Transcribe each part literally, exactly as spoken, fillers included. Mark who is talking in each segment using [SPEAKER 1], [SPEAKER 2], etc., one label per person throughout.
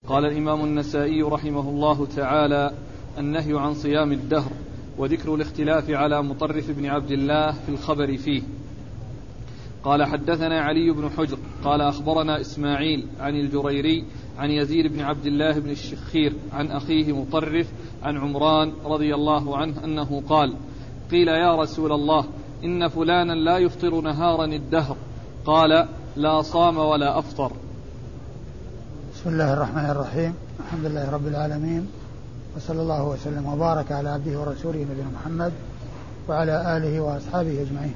[SPEAKER 1] قال الإمام النسائي رحمه الله تعالى: النهي عن صيام الدهر وذكر الاختلاف على مطرف بن عبد الله في الخبر فيه. قال: حدثنا علي بن حجر قال أخبرنا إسماعيل عن الجريري عن يزيد بن عبد الله بن الشخير عن أخيه مطرف عن عمران رضي الله عنه أنه قال: قيل يا رسول الله إن فلانا لا يفطر نهارا الدهر، قال: لا صام ولا أفطر.
[SPEAKER 2] بسم الله الرحمن الرحيم. الحمد لله رب العالمين، وصلى الله وسلم وبارك على عبده ورسوله نبينا محمد وعلى آله وأصحابه أجمعين.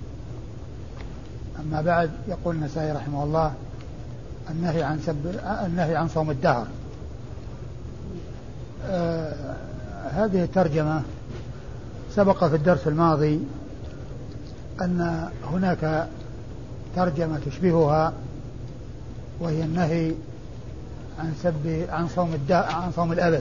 [SPEAKER 2] أما بعد، يقول النسائي رحمه الله: النهي عن سب النهي عن صوم الدهر. آه هذه الترجمة سبق في الدرس الماضي أن هناك ترجمة تشبهها، وهي النهي عن سب عن صوم الدهر عن صوم الأبد.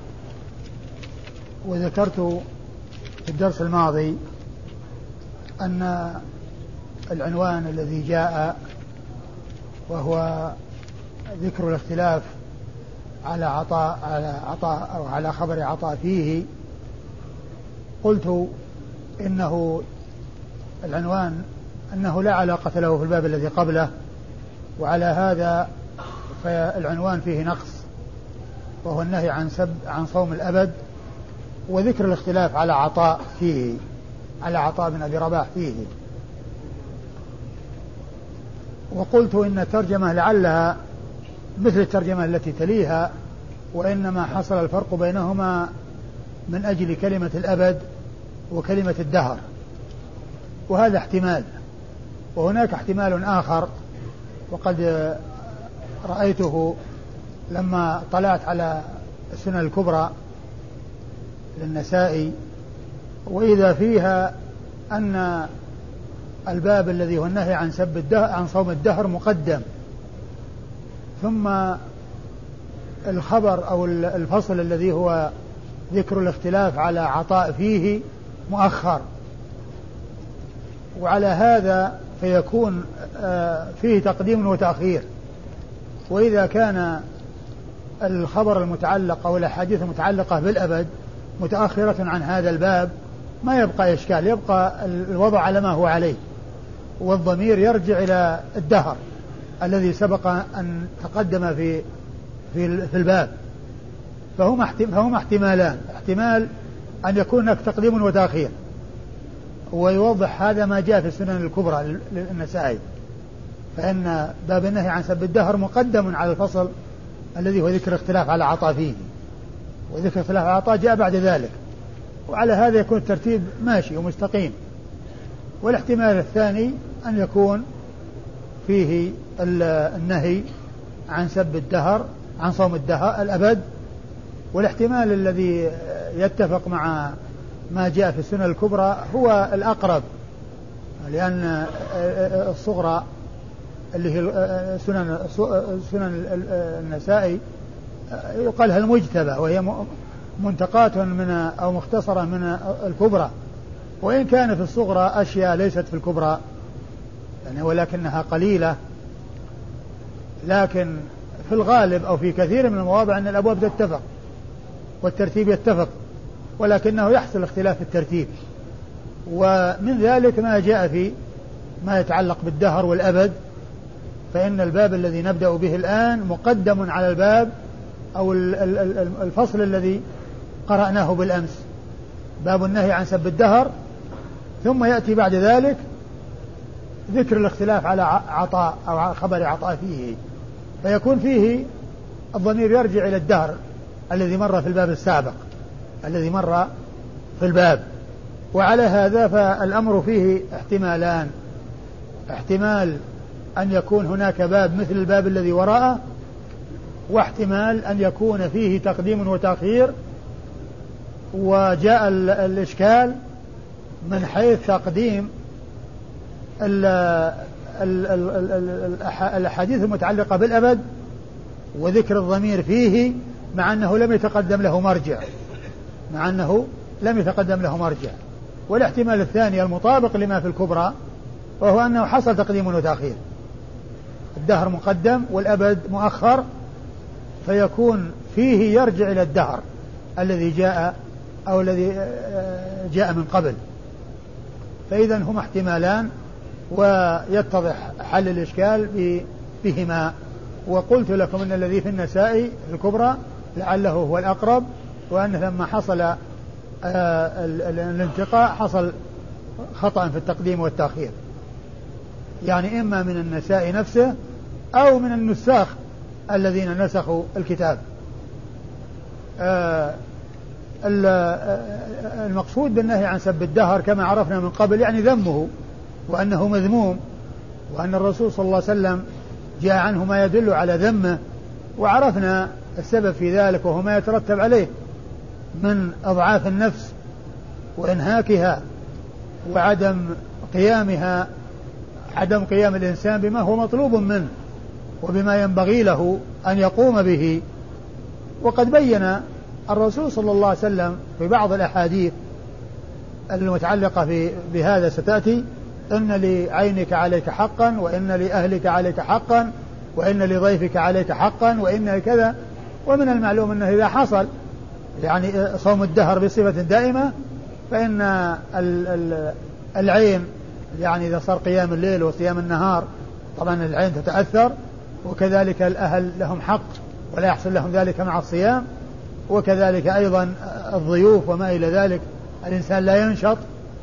[SPEAKER 2] وذكرت في الدرس الماضي أن العنوان الذي جاء وهو ذكر الاختلاف على عطاء على عطاء أو على خبر عطاء فيه، قلت إنه العنوان أنه لا علاقة له في الباب الذي قبله، وعلى هذا فالعنوان فيه نقص، وهو النهي عن سب عن صوم الأبد وذكر الاختلاف على عطاء فيه على عطاء بن أبي رباح فيه. وقلت إن الترجمة لعلها مثل الترجمة التي تليها، وإنما حصل الفرق بينهما من أجل كلمة الأبد وكلمة الدهر، وهذا احتمال. وهناك احتمال آخر وقد رأيته لما طلعت على السنن الكبرى للنسائي، وإذا فيها أن الباب الذي هو النهي عن سب الدهر عن صوم الدهر مقدم، ثم الخبر أو الفصل الذي هو ذكر الاختلاف على عطاء فيه مؤخر. وعلى هذا فيكون فيه تقديم وتأخير. وإذا كان الخبر المتعلق أو الأحاديث المتعلقة بالأبد متأخرة عن هذا الباب ما يبقى إشكال، يبقى الوضع على ما هو عليه، والضمير يرجع إلى الدهر الذي سبق أن تقدم في في في الباب. فهما فهما احتمالان: احتمال أن يكون هناك تقديم وتأخير، ويوضح هذا ما جاء في السنن الكبرى للنسائي، فإن باب النهي عن سب الدهر مقدم على الفصل الذي هو ذكر اختلاف على عطاء فيه، وذكر اختلاف على عطاء جاء بعد ذلك، وعلى هذا يكون الترتيب ماشي ومستقيم. والاحتمال الثاني أن يكون فيه النهي عن سب الدهر عن صوم الدهر الأبد. والاحتمال الذي يتفق مع ما جاء في السنن الكبرى هو الأقرب، لأن الصغرى اللي هي سنن سنن النسائي يقالها المجتبى، وهي منتقاة من أو مختصرة من الكبرى، وإن كان في الصغرى أشياء ليست في الكبرى يعني ولكنها قليلة، لكن في الغالب أو في كثير من المواضع أن الأبواب تتفق والترتيب يتفق، ولكنه يحصل اختلاف في الترتيب. ومن ذلك ما جاء في ما يتعلق بالدهر والأبد، فإن الباب الذي نبدأ به الآن مقدم على الباب أو الفصل الذي قرأناه بالأمس، باب النهي عن سب الدهر، ثم يأتي بعد ذلك ذكر الاختلاف على عطاء أو خبر عطاء فيه، فيكون فيه الضمير يرجع إلى الدهر الذي مر في الباب السابق الذي مر في الباب. وعلى هذا فالأمر فيه احتمالان: احتمال أن يكون هناك باب مثل الباب الذي وراءه، واحتمال أن يكون فيه تقديم وتأخير. وجاء الإشكال من حيث تقديم الأحاديث المتعلقة بالأبد وذكر الضمير فيه، مع أنه لم يتقدم له مرجع مع أنه لم يتقدم له مرجع. والاحتمال الثاني المطابق لما في الكبرى، وهو أنه حصل تقديم وتأخير، الدهر مقدم والأبد مؤخر، فيكون فيه يرجع إلى الدهر الذي جاء أو الذي جاء من قبل. فإذا هما احتمالان ويتضح حل الإشكال بهما. وقلت لكم أن الذي في النسائي الكبرى لعله هو الأقرب، وأن لما حصل الانتقاء حصل خطأ في التقديم والتأخير، يعني إما من النسائي نفسه أو من النساخ الذين نسخوا الكتاب. المقصود بالنهي عن سب الدهر كما عرفنا من قبل يعني ذمه وأنه مذموم، وأن الرسول صلى الله عليه وسلم جاء عنه ما يدل على ذمه، وعرفنا السبب في ذلك وهو ما يترتب عليه من أضعاف النفس وإنهاكها وعدم قيامها، عدم قيام الإنسان بما هو مطلوب منه وبما ينبغي له أن يقوم به. وقد بين الرسول صلى الله عليه وسلم في بعض الأحاديث المتعلقة بهذا ستأتي: إن لعينك عليك حقا، وإن لأهلك عليك حقا، وإن لضيفك عليك حقا، وإن كذا. ومن المعلوم أنه إذا حصل يعني صوم الدهر بصفة دائمة فإن العين يعني إذا صار قيام الليل وصيام النهار طبعا العين تتأثر، وكذلك الأهل لهم حق ولا يحصل لهم ذلك مع الصيام، وكذلك أيضا الضيوف وما إلى ذلك الإنسان لا ينشط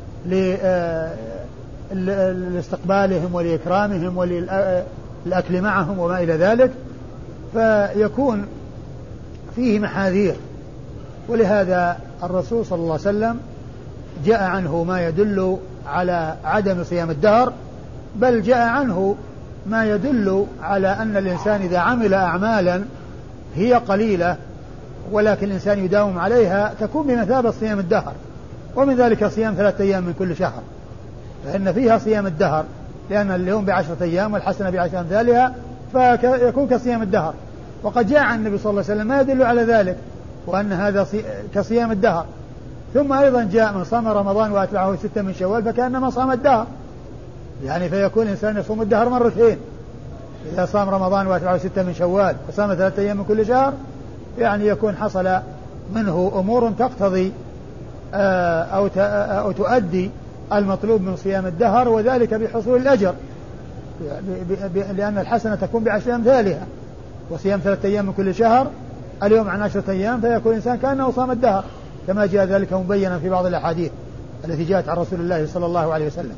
[SPEAKER 2] لاستقبالهم ولإكرامهم وللأكل معهم وما إلى ذلك، فيكون فيه محاذير. ولهذا الرسول صلى الله عليه وسلم جاء عنه ما يدل على عدم صيام الدهر، بل جاء عنه ما يدل على أن الإنسان إذا عمل أعمالا هي قليلة ولكن الإنسان يداوم عليها تكون بمثابة صيام الدهر. ومن ذلك صيام ثلاثة أيام من كل شهر، فإن فيها صيام الدهر، لأن اليوم بعشرة أيام والحسنة بعشر أمثالها فيكون كصيام الدهر. وقد جاء عن النبي صلى الله عليه وسلم ما يدل على ذلك وأن هذا كصيام الدهر. ثم أيضا جاء من صام رمضان وأتبعه ستة من شوال فكأنما صام الدهر، يعني فيكون الإنسان يصوم الدهر مرتين، إذا صام رمضان وأتبعه ستة من شوال وصام ثلاثة أيام من كل شهر يعني يكون حصل منه أمور تقتضي أو أو تؤدي المطلوب من صيام الدهر، وذلك بحصول الأجر، لأن الحسنة تكون بعشر أمثالها. وصيام ثلاثة أيام من كل شهر اليوم عن عشرة أيام فيكون الإنسان كأنه صام الدهر، كما جاء ذلك مبينا في بعض الأحاديث التي جاءت عن رسول الله صلى الله عليه وسلم.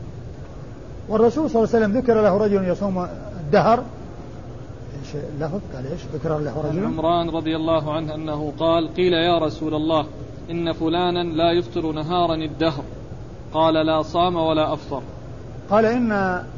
[SPEAKER 2] والرسول صلى الله عليه وسلم ذكر له رجل يصوم الدهر، ايش اللفظ؟ قال ايش ذكر له رجل؟
[SPEAKER 1] عمران رضي الله عنه أنه قال: قيل يا رسول الله إن فلانا لا يفطر نهارا الدهر، قال: لا صام ولا أفطر.
[SPEAKER 2] قال إن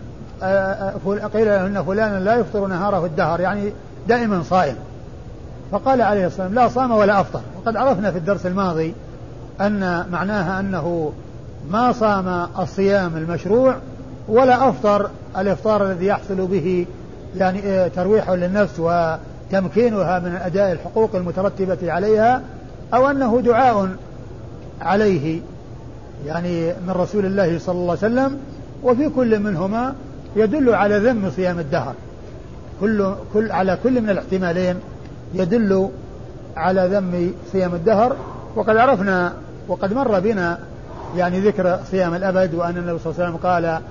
[SPEAKER 2] قيل إن فلانا لا يفطر نهاره الدهر، يعني دائما صائم. فقال عليه الصلاة والسلام: لا صام ولا أفطر. وقد عرفنا في الدرس الماضي أن معناها أنه ما صام الصيام المشروع ولا أفطر الإفطار الذي يحصل به يعني ترويح للنفس وتمكينها من أداء الحقوق المترتبة عليها، أو أنه دعاء عليه يعني من رسول الله صلى الله عليه وسلم. وفي كل منهما يدل على ذم صيام الدهر، كل كل على كل من الاحتمالين يدل على ذم صيام الدهر. وقد عرفنا وقد مر بنا يعني ذكر صيام الأبد، وأن النبي صلى الله عليه وسلم قال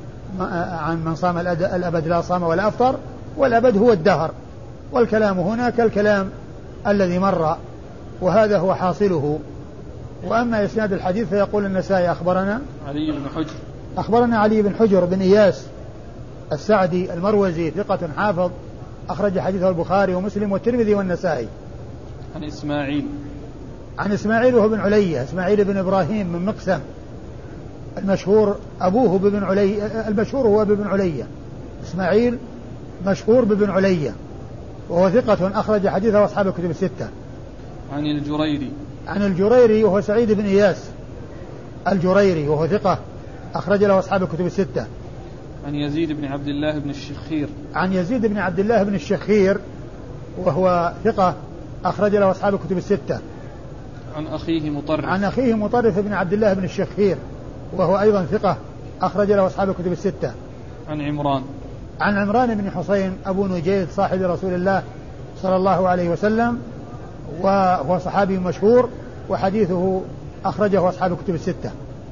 [SPEAKER 2] عن من صام الأبد لا صام ولا أفطر، والأبد هو الدهر، والكلام هنا كالكلام الذي مر، وهذا هو حاصله. وأما إسناد الحديث فيقول النسائي أخبرنا
[SPEAKER 1] علي بن حجر
[SPEAKER 2] أخبرنا علي بن حجر بن إياس السعدي المروزي ثقة حافظ، أخرج حديثه البخاري ومسلم والترمذي والنسائي.
[SPEAKER 1] عن إسماعيل
[SPEAKER 2] عن إسماعيل وهو بن علية، إسماعيل بن إبراهيم من مقسم المشهور أبوه ببن علي، المشهور هو ببن علية، إسماعيل مشهور ببن علية وهو ثقة أخرج حديثه أصحاب الكتب الستة.
[SPEAKER 1] عن الجريري
[SPEAKER 2] عن الجريري وهو سعيد بن إياس الجريري وهو ثقة أخرج له أصحاب الكتب الستة.
[SPEAKER 1] عن يزيد بن عبد الله بن الشخير
[SPEAKER 2] عن يزيد بن عبد الله بن الشخير وهو ثقة أخرج له أصحاب الكتب الستة.
[SPEAKER 1] عن أخيه مطرف
[SPEAKER 2] عن أخيه مطرف بن عبد الله بن الشخير وهو أيضا ثقة أخرج له أصحاب الكتب الستة.
[SPEAKER 1] عن عمران
[SPEAKER 2] عن عمران بن حسين أبو نجيد صاحب رسول الله صلى الله عليه وسلم، وهو صحابي مشهور، وحديثه أخرجه أصحاب الكتب الستة.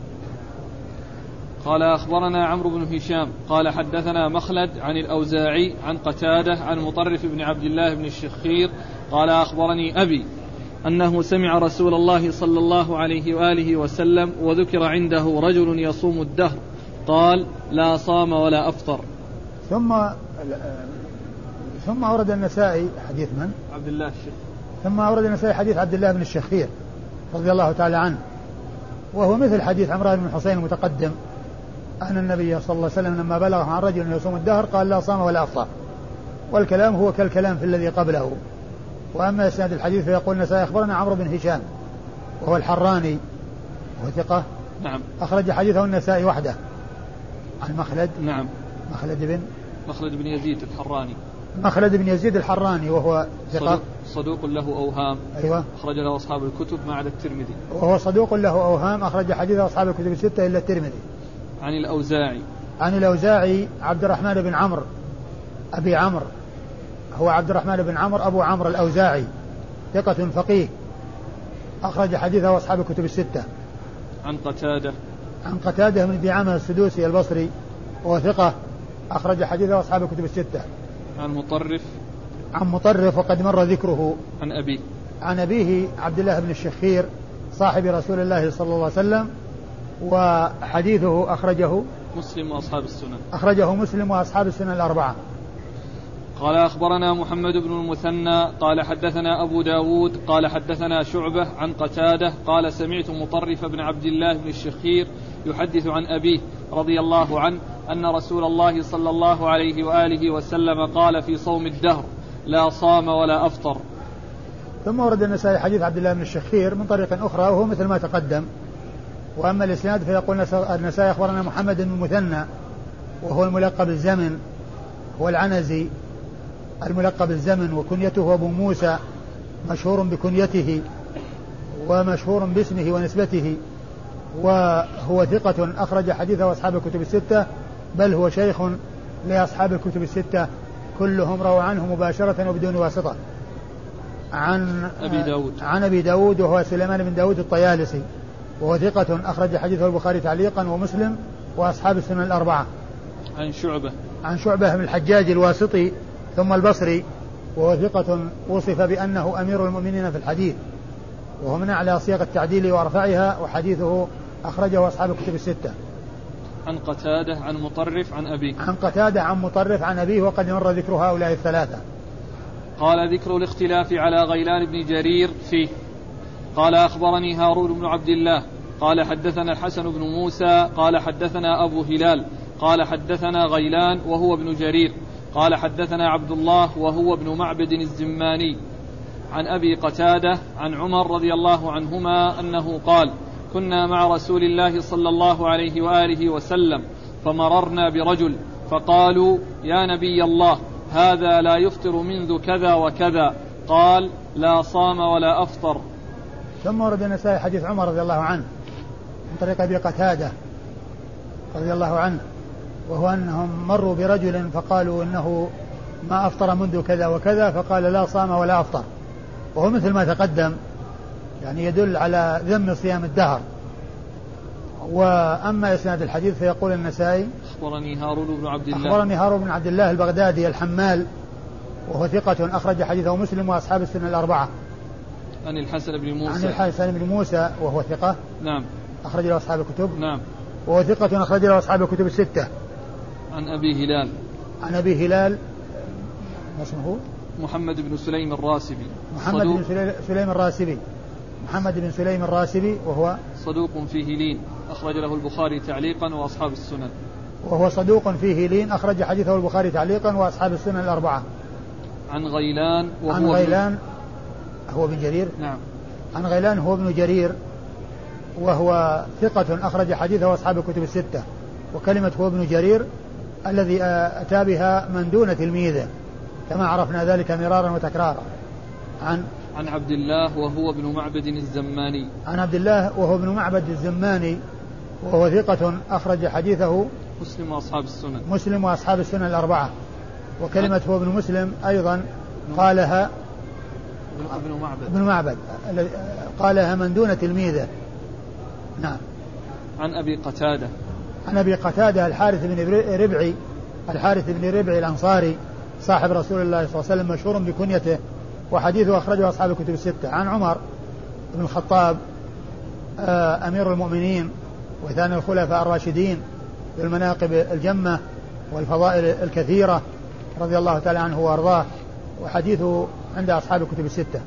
[SPEAKER 1] قال أخبرنا عمرو بن هشام قال حدثنا مخلد عن الأوزاعي عن قتادة عن مطرف بن عبد الله بن الشخير قال أخبرني أبي أنه سمع رسول الله صلى الله عليه وآله وسلم وذكر عنده رجل يصوم الدهر قال لا صام ولا أفطر.
[SPEAKER 2] ثم ثم أورد النسائي حديث من؟
[SPEAKER 1] عبد الله الشخير. ثم
[SPEAKER 2] أورد النسائي حديث عبد الله بن الشخير رضي الله تعالى عنه، وهو مثل حديث عمران بن حسين المتقدم أن النبي صلى الله عليه وسلم لما بلغ عن رجل يصوم الدهر قال لا صام ولا أفطر، والكلام هو كالكلام في الذي قبله. وأما إسناد الحديث فيقول النسائي أخبرنا عمرو بن هشام وهو الحراني وهو ثقة.
[SPEAKER 1] نعم.
[SPEAKER 2] أخرج حديثه النسائي وحده. عن مخلد.
[SPEAKER 1] نعم.
[SPEAKER 2] مخلد بن
[SPEAKER 1] مخلد بن يزيد الحراني.
[SPEAKER 2] مخلد بن يزيد الحراني وهو ثقة
[SPEAKER 1] صدوق, صدوق له أوهام.
[SPEAKER 2] أيوة.
[SPEAKER 1] أخرج له أصحاب الكتب ما عدا الترمذي.
[SPEAKER 2] وهو صدوق له أوهام أخرج حديثه أصحاب الكتب الستة إلا الترمذي.
[SPEAKER 1] عن الأوزاعي.
[SPEAKER 2] عن الأوزاعي عبد الرحمن بن عمرو أبي عمرو، هو عبد الرحمن بن عمرو أبو عمرو الأوزاعي، ثقة فقيه أخرج حديثه أصحاب الكتب الستة.
[SPEAKER 1] عن قتادة.
[SPEAKER 2] عن قتادة من دعامة السدوسي البصري وهو ثقة أخرج حديثه أصحاب الكتب الستة.
[SPEAKER 1] عن مطرف.
[SPEAKER 2] عن مطرف وقد مر ذكره.
[SPEAKER 1] عن أبيه.
[SPEAKER 2] عن أبيه عبد الله بن الشخير صاحب رسول الله صلى الله عليه وسلم، وحديثه أخرجه
[SPEAKER 1] مسلم وأصحاب السنن.
[SPEAKER 2] أخرجه مسلم وأصحاب السنن الأربعة.
[SPEAKER 1] قال أخبرنا محمد بن المثنى قال حدثنا أبو داود قال حدثنا شعبة عن قتادة قال سمعت مطرف بن عبد الله بن الشخير يحدث عن أبيه رضي الله عنه أن رسول الله صلى الله عليه وآله وسلم قال في صوم الدهر لا صام ولا أفطر.
[SPEAKER 2] ثم ورد النسائي حديث عبد الله بن الشخير من طريق أخرى وهو مثل ما تقدم. وأما الإسناد فيقول النسائي أخبرنا محمد بن المثنى وهو الملقب الزمن، هو العنزي الملقب الزمن، وكنيته أبو موسى، مشهور بكنيته ومشهور باسمه ونسبته، وهو ثقة أخرج حديثه أصحاب الكتب الستة، بل هو شيخ لأصحاب الكتب الستة كلهم رووا عنه مباشرة وبدون واسطة. عن
[SPEAKER 1] أبي داود.
[SPEAKER 2] عن أبي داود وهو سليمان بن داود الطيالسي وهو ثقة أخرج حديثه البخاري تعليقا ومسلم وأصحاب السنن الأربعة.
[SPEAKER 1] عن شعبة.
[SPEAKER 2] عن شعبة بن الحجاج الواسطي ثم البصري وهو ثقة وصف بأنه أمير المؤمنين في الحديث، وهو من أعلى صيغ التعديل وأرفعها، وحديثه أخرجه أصحاب الكتب الستة.
[SPEAKER 1] عن قتادة عن مطرف عن أبيه.
[SPEAKER 2] عن قتادة عن مطرف عن أبيه وقد مر ذكر هؤلاء الثلاثة.
[SPEAKER 1] قال ذكر الاختلاف على غيلان بن جرير فيه. قال أخبرني هارون بن عبد الله قال حدثنا الحسن بن موسى قال حدثنا أبو هلال قال حدثنا غيلان وهو ابن جرير قال حدثنا عبد الله وهو ابن معبد الزماني عن أبي قتادة عن عمر رضي الله عنهما أنه قال كنا مع رسول الله صلى الله عليه وآله وسلم فمررنا برجل فقالوا يا نبي الله هذا لا يفطر منذ كذا وكذا، قال لا صام ولا أفطر.
[SPEAKER 2] ثم ورد النسائي حديث عمر رضي الله عنه من طريق أبي قتادة رضي الله عنه، وهو أنهم مروا برجل فقالوا إنه ما أفطر منذ كذا وكذا، فقال لا صام ولا أفطر، وهو مثل ما تقدم، يعني يدل على ذم صيام الدهر. وأما إسناد الحديث فيقول النسائي
[SPEAKER 1] أخبرني هارون بن عبد الله
[SPEAKER 2] أخبرني هارون بن عبد الله البغدادي الحمال وهو ثقة أخرج حديثه مسلم وأصحاب السنن الأربعة.
[SPEAKER 1] عن الحسن بن موسى
[SPEAKER 2] عن الحسن بن موسى وهو ثقة
[SPEAKER 1] نعم
[SPEAKER 2] أخرج له أصحاب الكتب
[SPEAKER 1] نعم
[SPEAKER 2] وهو ثقة أخرج له أصحاب الكتب الستة.
[SPEAKER 1] عن أبي هلال
[SPEAKER 2] عن أبي هلال ما اسمه؟
[SPEAKER 1] محمد بن سليم الراسبي
[SPEAKER 2] محمد بن سليم الراسبي محمد بن سليم الراسبي وهو
[SPEAKER 1] صدوق فيه لين أخرج له البخاري تعليقا وأصحاب السنن
[SPEAKER 2] وهو صدوق فيه لين أخرج حديثه البخاري تعليقا وأصحاب السنن الأربعة.
[SPEAKER 1] عن غيلان وهو
[SPEAKER 2] عن غيلان هو بن جرير
[SPEAKER 1] نعم
[SPEAKER 2] عن غيلان هو ابن جرير وهو ثقة أخرج حديثه أصحاب الكتب الستة. وكلمة هو ابن جرير الذي أتى بها من دون تلميذه كما عرفنا ذلك مرارا وتكرارا. عن
[SPEAKER 1] عن عبد الله وهو ابن معبد الزماني
[SPEAKER 2] عن عبد الله وهو ابن معبد الزماني وهو ثقة أخرج حديثه
[SPEAKER 1] مسلم وأصحاب السنن
[SPEAKER 2] مسلم وأصحاب السنن الأربعة. وكلمة هو ابن مسلم أيضا قالها
[SPEAKER 1] ابن معبد
[SPEAKER 2] ابن معبد قالها من دون تلميذه. نعم.
[SPEAKER 1] عن أبي قتادة
[SPEAKER 2] عن أبي قتادة الحارث بن ربعي الحارث بن ربعي الأنصاري صاحب رسول الله صلى الله عليه وسلم مشهور بكنيته وحديثه أخرجه أصحاب الكتب الستة. عن عمر بن الخطاب أمير المؤمنين وثاني الخلفاء الراشدين بالمناقب الجمة والفضائل الكثيرة رضي الله تعالى عنه وأرضاه وحديثه عند أصحاب الكتب الستة.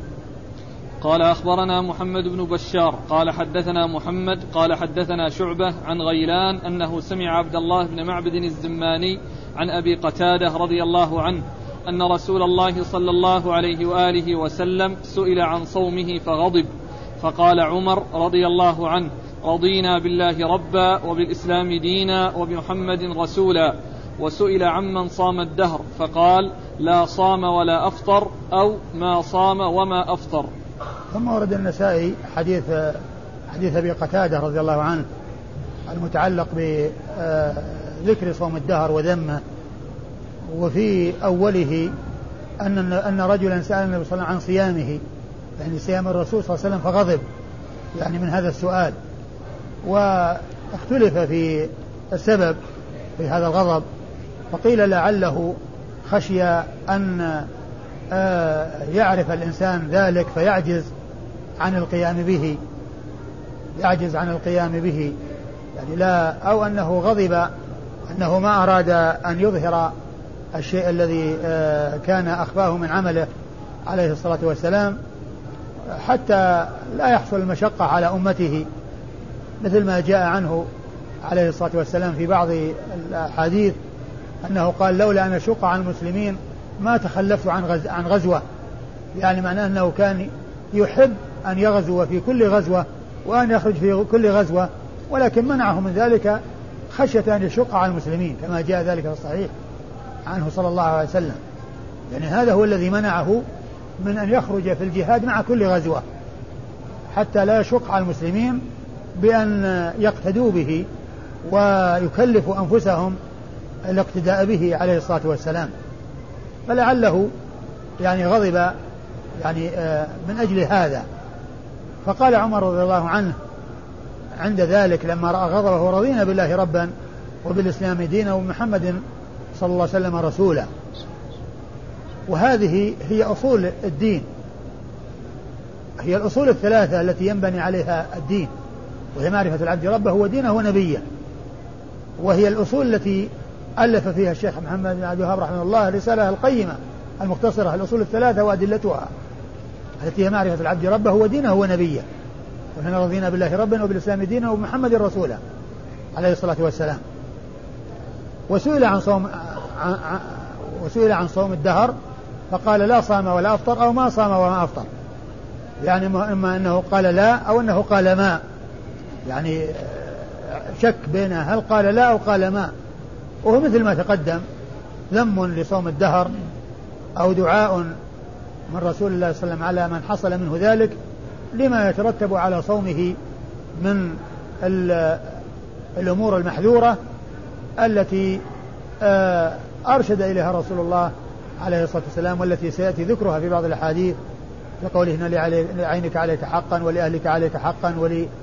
[SPEAKER 1] قال أخبرنا محمد بن بشار قال حدثنا محمد قال حدثنا شعبة عن غيلان أنه سمع عبد الله بن معبد الزماني عن أبي قتادة رضي الله عنه أن رسول الله صلى الله عليه وآله وسلم سئل عن صومه فغضب فقال عمر رضي الله عنه رضينا بالله ربا وبالإسلام دينا وبمحمد رسولا. وسئل عمن صام الدهر فقال لا صام ولا أفطر أو ما صام وما أفطر.
[SPEAKER 2] ثم ورد النسائي حديث حديث أبي قتادة رضي الله عنه المتعلق بذكر صوم الدهر وذمه وفي أوله أن أن رجلا سأل النبي صلى الله عليه وسلم عن صيامه يعني صيام الرسول صلى الله عليه وسلم فغضب يعني من هذا السؤال واختلف في السبب في هذا الغضب فقيل لعله خشي أن يعرف الإنسان ذلك فيعجز عن القيام به يعجز عن القيام به يعني لا أو أنه غضب أنه ما أراد أن يظهر الشيء الذي كان أخفاه من عمله عليه الصلاة والسلام حتى لا يحصل المشقة على أمته مثل ما جاء عنه عليه الصلاة والسلام في بعض الحديث أنه قال لولا أن أشق عن المسلمين ما تخلفت عن عن غزوة يعني معناه أنه كان يحب أن يغزو في كل غزوة وأن يخرج في كل غزوة ولكن منعه من ذلك خشية أن يشق على المسلمين كما جاء ذلك في الصحيح عنه صلى الله عليه وسلم يعني هذا هو الذي منعه من أن يخرج في الجهاد مع كل غزوة حتى لا يشق على المسلمين بأن يقتدوا به ويكلفوا أنفسهم الاقتداء به عليه الصلاة والسلام فلعله يعني غضب يعني من أجل هذا فقال عمر رضي الله عنه عند ذلك لما رأى غضبه رضينا بالله ربا وبالإسلام دينا ومحمد صلى الله عليه وسلم رسولا. وهذه هي أصول الدين هي الأصول الثلاثة التي ينبني عليها الدين وهي معرفة العبد ربه ودينه ونبيه وهي الأصول التي ألف فيها الشيخ محمد بن عبد الوهاب رحمه الله الرسالة القيمة المختصرة الأصول الثلاثة وأدلتها التي هي معرفة العبد ربه ودينه ونبيه ونحن رضينا بالله ربا وبالإسلام دينا ومحمد رسولا عليه الصلاة والسلام. وسئل عن صوم عن وسئل عن صوم الدهر فقال لا صام ولا أفطر أو ما صام وما أفطر يعني إما أنه قال لا أو أنه قال ما يعني شك بين هل قال لا أو قال ما وهو مثل ما تقدم ذم لصوم الدهر أو دعاء من رسول الله صلى الله عليه وسلم على من حصل منه ذلك لما يترتب على صومه من الأمور المحذورة التي أرشد إليها رسول الله عليه الصلاة والسلام والتي سيأتي ذكرها في بعض الأحاديث لقوله إن لعينك عليك حقا ولأهلك عليك حقا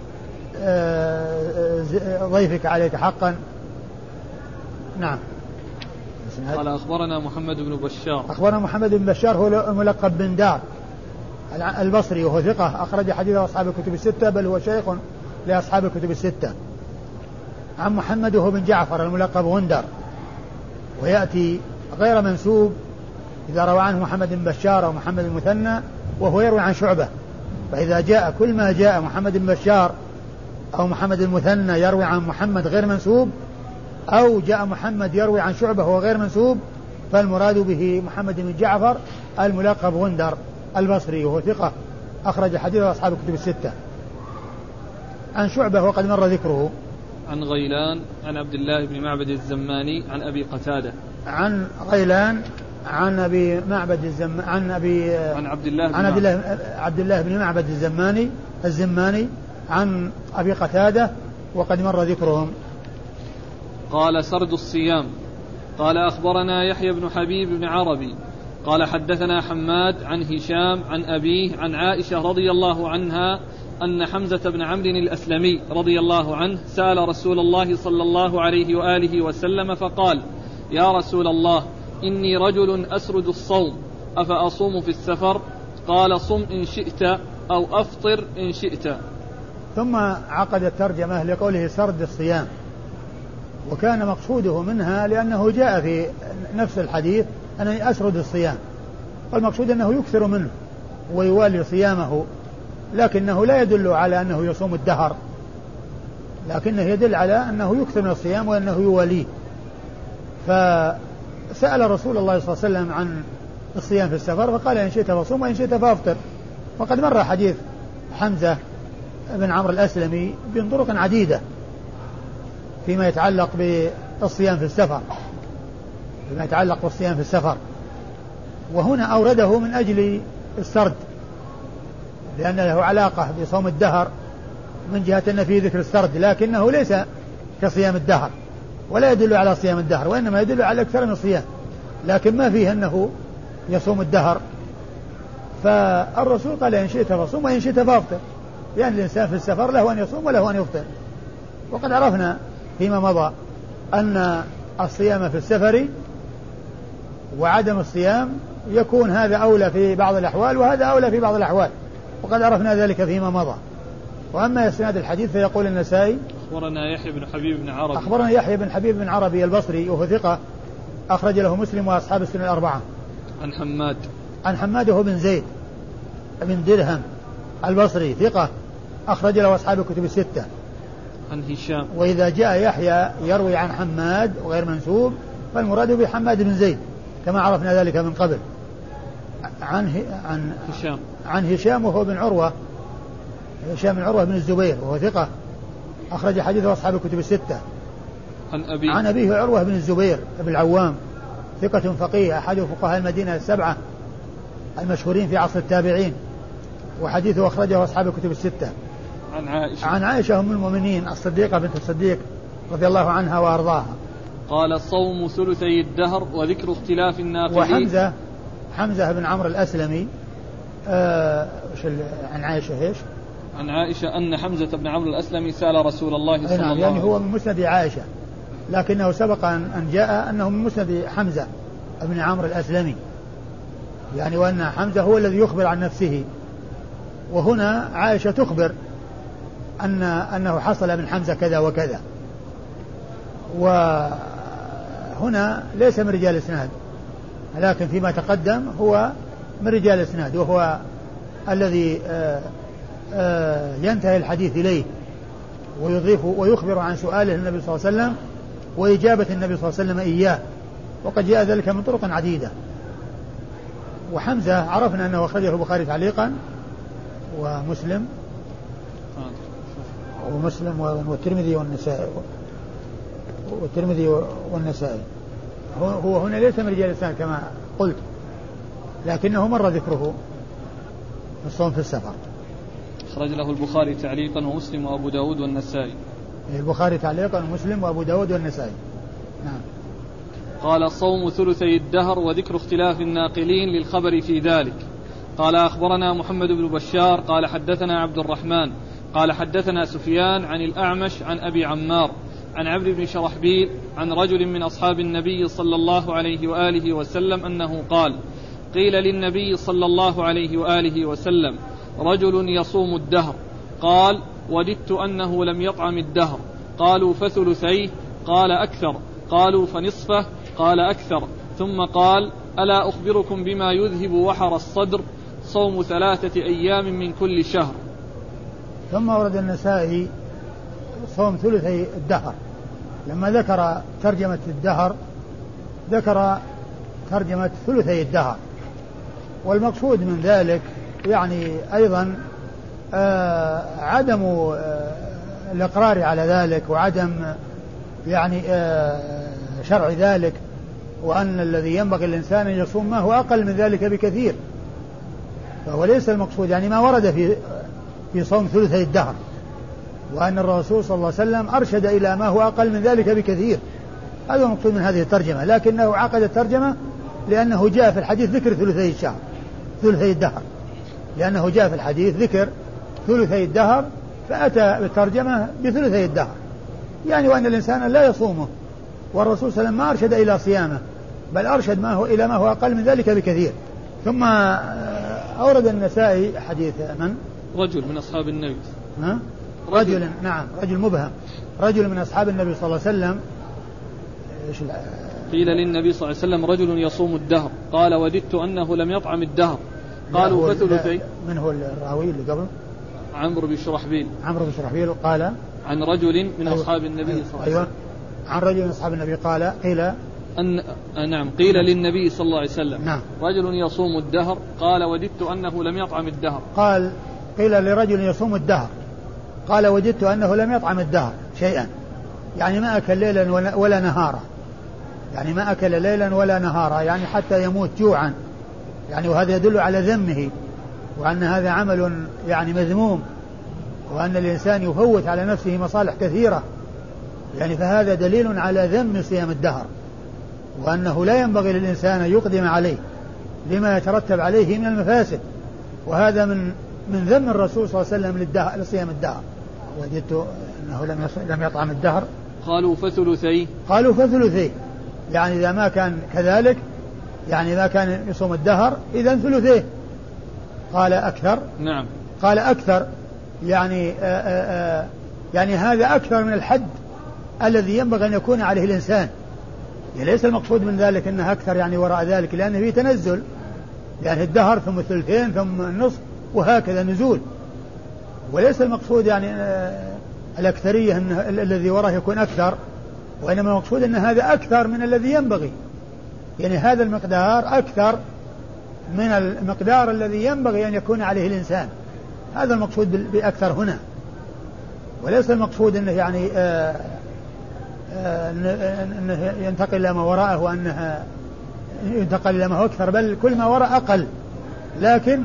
[SPEAKER 2] ولضيفك عليك حقا. نعم.
[SPEAKER 1] قال أخبرنا محمد بن بشار
[SPEAKER 2] أخبرنا محمد بن بشار هو الملقب بن دار البصري وهو ثقة أخرج حديثه أصحاب الكتب الستة بل هو شيخ لأصحاب الكتب الستة. عن محمد وهو بن جعفر الملقب غندر ويأتي غير منسوب إذا روى عنه محمد بن بشار أو محمد المثنى وهو يروي عن شعبة فإذا جاء كل ما جاء محمد بن بشار أو محمد المثنى يروي عن محمد غير منسوب أو جاء محمد يروي عن شعبة وهو غير منسوب فالمراد به محمد بن جعفر الملقب غندر البصري وهو ثقة أخرج حديثه أصحاب الكتب الستة. عن شعبة وقد مر ذكره.
[SPEAKER 1] عن غيلان عن عبد الله بن معبد الزماني عن أبي قتادة.
[SPEAKER 2] عن غيلان عن أبي معبد الزم عن أبي
[SPEAKER 1] عن عبد الله
[SPEAKER 2] عن عبد الله عبد الله بن معبد الزماني الزماني عن أبي قتادة وقد مر ذكرهم.
[SPEAKER 1] قال سرد الصيام. قال أخبرنا يحيى بن حبيب بن عربي قال حدثنا حماد عن هشام عن أبيه عن عائشة رضي الله عنها أن حمزة بن عمرو الأسلمي رضي الله عنه سأل رسول الله صلى الله عليه وآله وسلم فقال يا رسول الله إني رجل أسرد الصوم أفأصوم في السفر؟ قال صم إن شئت أو أفطر إن شئت.
[SPEAKER 2] ثم عقد الترجمة لقوله سرد الصيام، وكان مقصوده منها لأنه جاء في نفس الحديث أنني أسرد الصيام، والمقصود أنه يكثر منه ويوالي صيامه، لكنه لا يدل على أنه يصوم الدهر، لكنه يدل على أنه يكثر من الصيام وأنه يواليه. فسأل رسول الله صلى الله عليه وسلم عن الصيام في السفر فقال إن شئت فصوم وإن شئت فأفطر. وقد مر حديث حمزة بن عمرو الأسلمي من طرق عديدة فيما يتعلق بالصيام في السفر فيما يتعلق بالصيام في السفر وهنا أورده من أجل السرد، لأن له علاقة بصوم الدهر من جهة أن فيه ذكر السرد، لكنه ليس كصيام الدهر ولا يدل على صيام الدهر، وإنما يدل على أكثر من الصيام، لكن ما فيه أنه يصوم الدهر. فالرسول قال إن شئت فصوم وإن شئت فأفطر، لأن الإنسان في السفر له أن يصوم وله أن يفطر. وقد عرفنا فيما مضى أن الصيام في السفر وعدم الصيام يكون هذا أولى في بعض الأحوال وهذا أولى في بعض الأحوال، وقد عرفنا ذلك فيما مضى. وأما إسناد الحديث فيقول النسائي
[SPEAKER 1] أخبرنا يحيى بن حبيب بن عربي
[SPEAKER 2] أخبرنا يحيى بن حبيب بن عربي البصري وهو ثقة أخرج له مسلم وأصحاب السنن الأربعة.
[SPEAKER 1] عن حماد
[SPEAKER 2] عن حماد هو بن زيد بن درهم البصري ثقة أخرج له أصحاب الكتب الستة.
[SPEAKER 1] عن هشام.
[SPEAKER 2] وإذا جاء يحيى يروي عن حماد وغير منسوب فالمراد بحماد بن زيد كما عرفنا ذلك من قبل. عن عن
[SPEAKER 1] هشام
[SPEAKER 2] عن هشام وهو بن عروة هشام بن عروة بن الزبير وهو ثقة أخرج حديثه أصحاب الكتب الستة.
[SPEAKER 1] عن أبيه
[SPEAKER 2] عن أبيه عروة بن الزبير بن العوام ثقة فقيه أحد فقهاء المدينة السبعة المشهورين في عصر التابعين، وحديثه أخرجه أصحاب الكتب الستة.
[SPEAKER 1] عن عائشة
[SPEAKER 2] عن عائشة أم المؤمنين الصديقة بنت الصديق رضي الله عنها وأرضاها
[SPEAKER 1] قال الصوم ثلثي الدهر وذكر اختلاف الناقلين.
[SPEAKER 2] وحمزة حمزة بن عمرو الأسلمي آه عن عائشة إيش؟
[SPEAKER 1] عن عائشة أن حمزة بن عمرو الأسلمي سأل رسول الله صلى الله عليه وسلم،
[SPEAKER 2] يعني هو من مسند عائشة، لكنه سبق أن جاء أنه من مسند حمزة بن عمرو الأسلمي، يعني وأن حمزة هو الذي يخبر عن نفسه، وهنا عائشة تخبر أن أنه حصل من حمزة كذا وكذا. وهنا ليس من رجال الإسناد، لكن فيما تقدم هو من رجال الإسناد، وهو الذي آآ آآ ينتهي الحديث إليه ويضيف ويخبر عن سؤاله النبي صلى الله عليه وسلم وإجابة النبي صلى الله عليه وسلم إياه، وقد جاء ذلك من طرق عديدة. وحمزة عرفنا أنه أخرجه البخاري تعليقا ومسلم ومسلم والترمذي والنسائي والترمذي والنسائي هو هنا ليس من رجال الإسناد كما قلت، لكنه مر ذكره في الصوم في السفر.
[SPEAKER 1] أخرج له البخاري تعليقا ومسلم وأبو داود والنسائي.
[SPEAKER 2] البخاري تعليقا ومسلم وأبو داود والنسائي. نعم.
[SPEAKER 1] قال الصوم ثلثي الدهر وذكر اختلاف الناقلين للخبر في ذلك. قال أخبرنا محمد بن بشار قال حدثنا عبد الرحمن قال حدثنا سفيان عن الأعمش عن أبي عمار عن عمرو بن شرحبيل عن رجل من أصحاب النبي صلى الله عليه وآله وسلم أنه قال قيل للنبي صلى الله عليه وآله وسلم رجل يصوم الدهر، قال وددت أنه لم يطعم الدهر. قالوا فثلثيه؟ قال أكثر. قالوا فنصفه؟ قال أكثر. ثم قال ألا أخبركم بما يذهب وحر الصدر؟ صوم ثلاثة أيام من كل شهر.
[SPEAKER 2] ثم ورد النسائي صوم ثلثي الدهر، لما ذكر ترجمة الدهر ذكر ترجمة ثلثي الدهر، والمقصود من ذلك يعني أيضا آه عدم آه الإقرار على ذلك وعدم يعني آه شرع ذلك، وأن الذي ينبغي الإنسان أن يصوم ما هو أقل من ذلك بكثير، فهو ليس المقصود يعني ما ورد في في صوم ثلثي الدهر، وأن الرسول صلى الله عليه وسلم أرشد إلى ما هو أقل من ذلك بكثير. هذا المقصود من هذه الترجمة، لكنه عقد الترجمة لأنه جاء في الحديث ذكر ثلثي الشهر ثلثي الدهر لأنه جاء في الحديث ذكر ثلثي الدهر فأتى بالترجمة بثلثي الدهر يعني وأن الإنسان لا يصومه والرسول صلى الله عليه وسلم ما أرشد إلى صيامه بل أرشد ما هو إلى ما هو أقل من ذلك بكثير. ثم أورد النسائي حديث من؟
[SPEAKER 1] رجل من أصحاب النبي
[SPEAKER 2] ها؟ رجل, رجل نعم رجل مبهم رجل من أصحاب النبي صلى الله عليه وسلم.
[SPEAKER 1] قيل للنبي صلى الله عليه وسلم رجل يصوم الدهر قال وددت أنه لم يطعم الدهر قالوا فثلثي.
[SPEAKER 2] من هو الراوي اللي قبل؟
[SPEAKER 1] عمرو بن شرحبيل
[SPEAKER 2] عمرو بن شرحبيل قال
[SPEAKER 1] عن رجل من أيوة أصحاب النبي صلى الله عليه وسلم.
[SPEAKER 2] أيوة عن رجل من أصحاب النبي قال قيل
[SPEAKER 1] أن نعم قيل للنبي صلى الله عليه وسلم
[SPEAKER 2] نعم
[SPEAKER 1] رجل يصوم الدهر قال وددت أنه لم يطعم الدهر.
[SPEAKER 2] قال قيل لرجل يصوم الدهر قال وجدت أنه لم يطعم الدهر شيئا يعني ما أكل ليلا ولا نهارا يعني ما أكل ليلا ولا نهارا يعني حتى يموت جوعا يعني وهذا يدل على ذمه وأن هذا عمل يعني مذموم وأن الإنسان يفوت على نفسه مصالح كثيرة يعني فهذا دليل على ذم صيام الدهر وأنه لا ينبغي للإنسان أن يقدم عليه لما يترتب عليه من المفاسد وهذا من من ذم الرسول صلى الله عليه وسلم للدهر لصيام الدهر. وجدت أنه لم لم يطعم الدهر
[SPEAKER 1] قالوا فثلثيه
[SPEAKER 2] قالوا فثلثيه يعني إذا ما كان كذلك يعني ما كان يصوم الدهر إذن ثلثيه. قال أكثر
[SPEAKER 1] نعم
[SPEAKER 2] قال أكثر يعني آآ آآ يعني هذا أكثر من الحد الذي ينبغي أن يكون عليه الإنسان يعني ليس المقصود من ذلك أنه أكثر يعني وراء ذلك لأنه فيه تنزل يعني الدهر ثم الثلثين ثم النصف وهكذا نزول وليس المقصود يعني الأكثرية أن الذي وراه يكون أكثر وإنما المقصود أن هذا أكثر من الذي ينبغي يعني هذا المقدار أكثر من المقدار الذي ينبغي أن يكون عليه الإنسان هذا المقصود بأكثر هنا وليس المقصود أنه يعني آآ آآ أنه ينتقل إلى ما وراءه وأنه ينتقل إلى ما هو أكثر بل كل ما وراء أقل لكن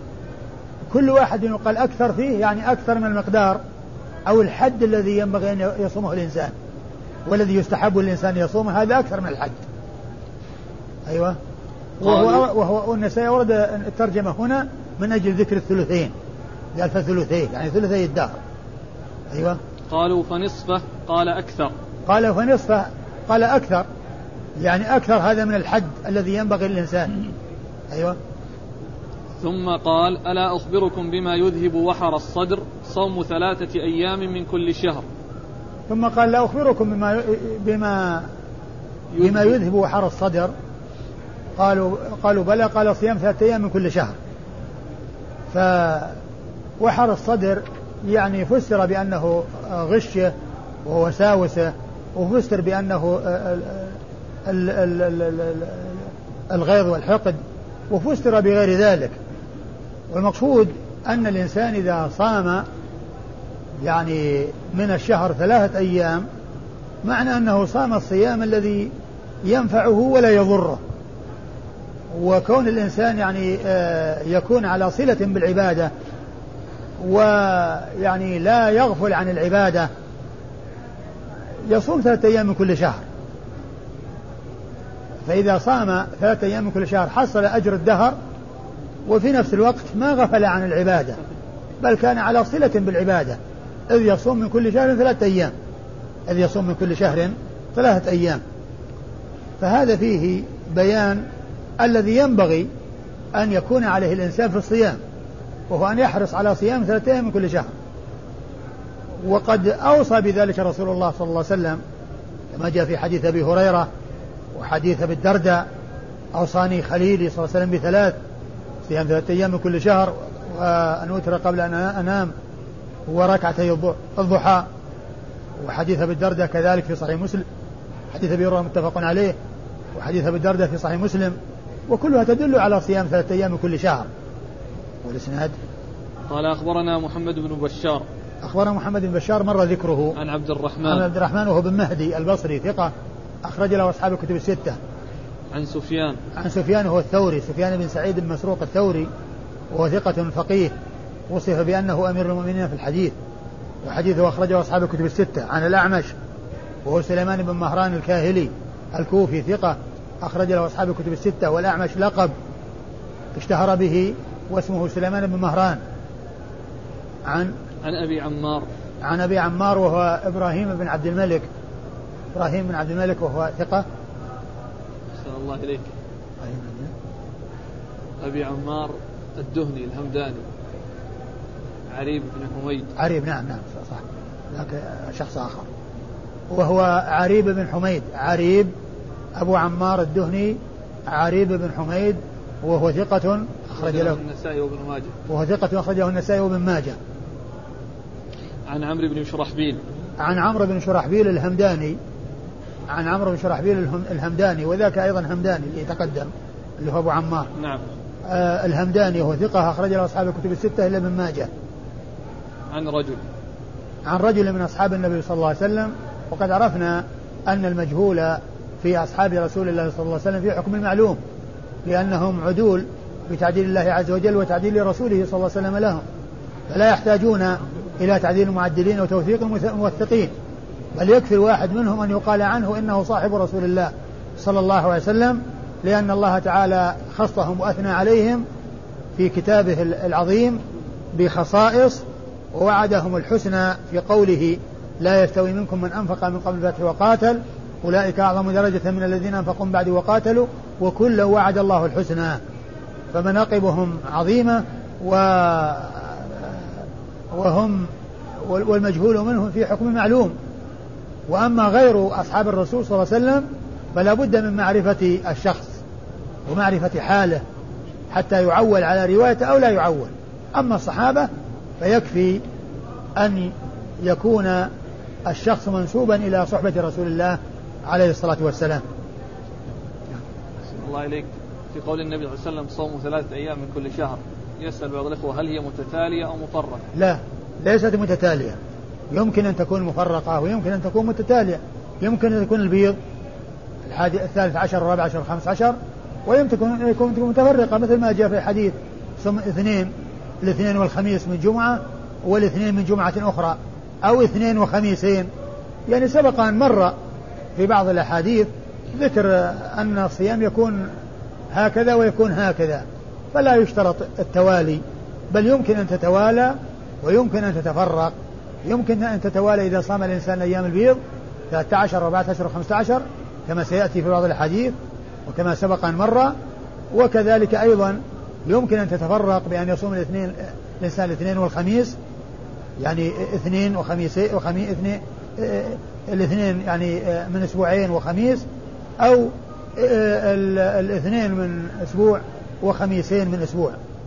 [SPEAKER 2] كل واحد يقال أكثر فيه يعني أكثر من المقدار أو الحد الذي ينبغي أن يصومه الإنسان والذي يستحب الإنسان يصومه هذا أكثر من الحد. أيوة وهو, وهو النسائي ورد الترجمة هنا من أجل ذكر الثلثين قال فثلثين يعني ثلثي الدهر. أيوة
[SPEAKER 1] قالوا فنصفه قال أكثر
[SPEAKER 2] قال فنصفه قال أكثر يعني أكثر هذا من الحد الذي ينبغي للإنسان. أيوة
[SPEAKER 1] ثم قال ألا أخبركم بما يذهب وحر الصدر صوم ثلاثة أيام من كل شهر.
[SPEAKER 2] ثم قال لا أخبركم بما بما بما يذهب وحر الصدر قالوا قالوا بلى قال صيام ثلاثة أيام من كل شهر. فوحر الصدر يعني فسر بأنه غشه ووساوسه وفسر بأنه الغيظ والحقد وفسر بغير ذلك والمقصود أن الإنسان إذا صام يعني من الشهر ثلاثة أيام معنى أنه صام الصيام الذي ينفعه ولا يضره وكون الإنسان يعني يكون على صلة بالعبادة ويعني لا يغفل عن العبادة يصوم ثلاثة أيام من كل شهر. فإذا صام ثلاثة أيام من كل شهر حصل أجر الدهر وفي نفس الوقت ما غفل عن العبادة بل كان على صلة بالعبادة إذ يصوم من كل شهر ثلاثة أيام إذ يصوم من كل شهر ثلاثة أيام. فهذا فيه بيان الذي ينبغي أن يكون عليه الإنسان في الصيام وهو أن يحرص على صيام ثلاثة أيام من كل شهر. وقد أوصى بذلك رسول الله صلى الله عليه وسلم كما جاء في حديث أبي هريرة وحديث أبي الدرداء أوصاني خليلي صلى الله عليه وسلم بثلاث صيام ثلاثة أيام من كل شهر وأن أوتر قبل أن أنام وركعتي الضحى. وحديث أبي الدرداء كذلك في صحيح مسلم حديث أبي هريرة متفق عليه وحديث أبي الدرداء في صحيح مسلم وكلها تدل على صيام ثلاثة أيام من كل شهر. والإسناد
[SPEAKER 1] قال أخبرنا محمد بن بشار
[SPEAKER 2] أخبرنا محمد بن بشار مر ذكره
[SPEAKER 1] عن عبد الرحمن
[SPEAKER 2] عن عبد الرحمن وهو بن مهدي البصري ثقة أخرج له أصحاب الكتب الستة.
[SPEAKER 1] عن سفيان
[SPEAKER 2] عن سفيان هو الثوري سفيان بن سعيد بن مسروق الثوري وهو ثقة فقيه وصف بأنه أمير المؤمنين في الحديث وحديثه أخرجه أصحاب الكتب الستة. عن الأعمش وهو سليمان بن مهران الكاهلي الكوفي ثقة أخرج له أصحاب الكتب الستة. والأعمش لقب اشتهر به واسمه سليمان بن مهران. عن
[SPEAKER 1] عن أبي عمار
[SPEAKER 2] عن أبي عمار وهو إبراهيم بن عبد الملك إبراهيم بن عبد الملك وهو ثقة.
[SPEAKER 1] أحسن الله إليك. أبي عمار الدهني الهمداني عريب بن حميد.
[SPEAKER 2] عريب نعم نعم صح لكن شخص آخر وهو عريب بن حميد. عريب أبو عمار الدهني عريب بن حميد وهو ثقة أخرج له
[SPEAKER 1] النسائي وابن ماجه.
[SPEAKER 2] وهو ثقة أخرجه النسائي وابن ماجه.
[SPEAKER 1] عن عمرو بن شرحبيل
[SPEAKER 2] عن عمرو بن شرحبيل الهمداني عن عمرو بن شرحبيل الهمداني وذاك أيضا همداني اللي يتقدم اللي هو أبو عمار.
[SPEAKER 1] نعم.
[SPEAKER 2] آه الهمداني هو ثقة أخرج له أصحاب الكتب الستة إلا ابن ماجه.
[SPEAKER 1] عن رجل
[SPEAKER 2] عن رجل من أصحاب النبي صلى الله عليه وسلم. وقد عرفنا أن المجهول في أصحاب رسول الله صلى الله عليه وسلم في حكم المعلوم لأنهم عدول بتعديل الله عز وجل وتعديل رسوله صلى الله عليه وسلم لهم فلا يحتاجون إلى تعديل المعدلين وتوثيق الموثقين بل يكفي الواحد منهم أن يقال عنه إنه صاحب رسول الله صلى الله عليه وسلم لأن الله تعالى خصهم وأثنى عليهم في كتابه العظيم بخصائص ووعدهم الحسنى في قوله لا يستوي منكم من أنفق من قبل الفتح وقاتل أولئك أعظم درجة من الذين أنفقوا بعد وقاتلوا وكلا وعد الله الحسنى. فمناقبهم عظيمة و وهم والمجهول منهم في حكم معلوم. وأما غير أصحاب الرسول صلى الله عليه وسلم فلا بد من معرفة الشخص ومعرفة حاله حتى يعول على روايته أو لا يعول. أما الصحابة فيكفي أن يكون الشخص منسوبا إلى صحبة رسول الله عليه الصلاة والسلام.
[SPEAKER 1] الله إليك. في قول النبي صلى الله عليه وسلم صوم ثلاثة أيام من كل شهر يسأل بعض الإخوة هل هي متتالية أو مفرقة؟
[SPEAKER 2] لا ليست متتالية يمكن أن تكون مفرقة ويمكن أن تكون متتالية. يمكن أن تكون البيض الثالث عشر الرابع عشر الخامس عشر ويمكن أن تكون متفرقة مثل ما جاء في حديث صم اثنين الاثنين والخميس من جمعة والاثنين من جمعة أخرى أو اثنين وخميسين. يعني سبق أن مر في بعض الأحاديث ذكر أن الصيام يكون هكذا ويكون هكذا فلا يشترط التوالي بل يمكن أن تتوالى ويمكن أن تتفرق. يمكن أن تتوالى إذا صام الإنسان أيام البيض ثلاثة عشر أربعة عشر وخمسة عشر كما سيأتي في بعض الحديث وكما سبق أن مر. وكذلك أيضا يمكن أن تتفرق بأن يصوم الاثنين الإنسان الاثنين والخميس يعني اثنين وخميس وخميس اثنين الاثنين يعني من أسبوعين وخميس أو الاثنين من أسبوع وخميسين من أسبوع.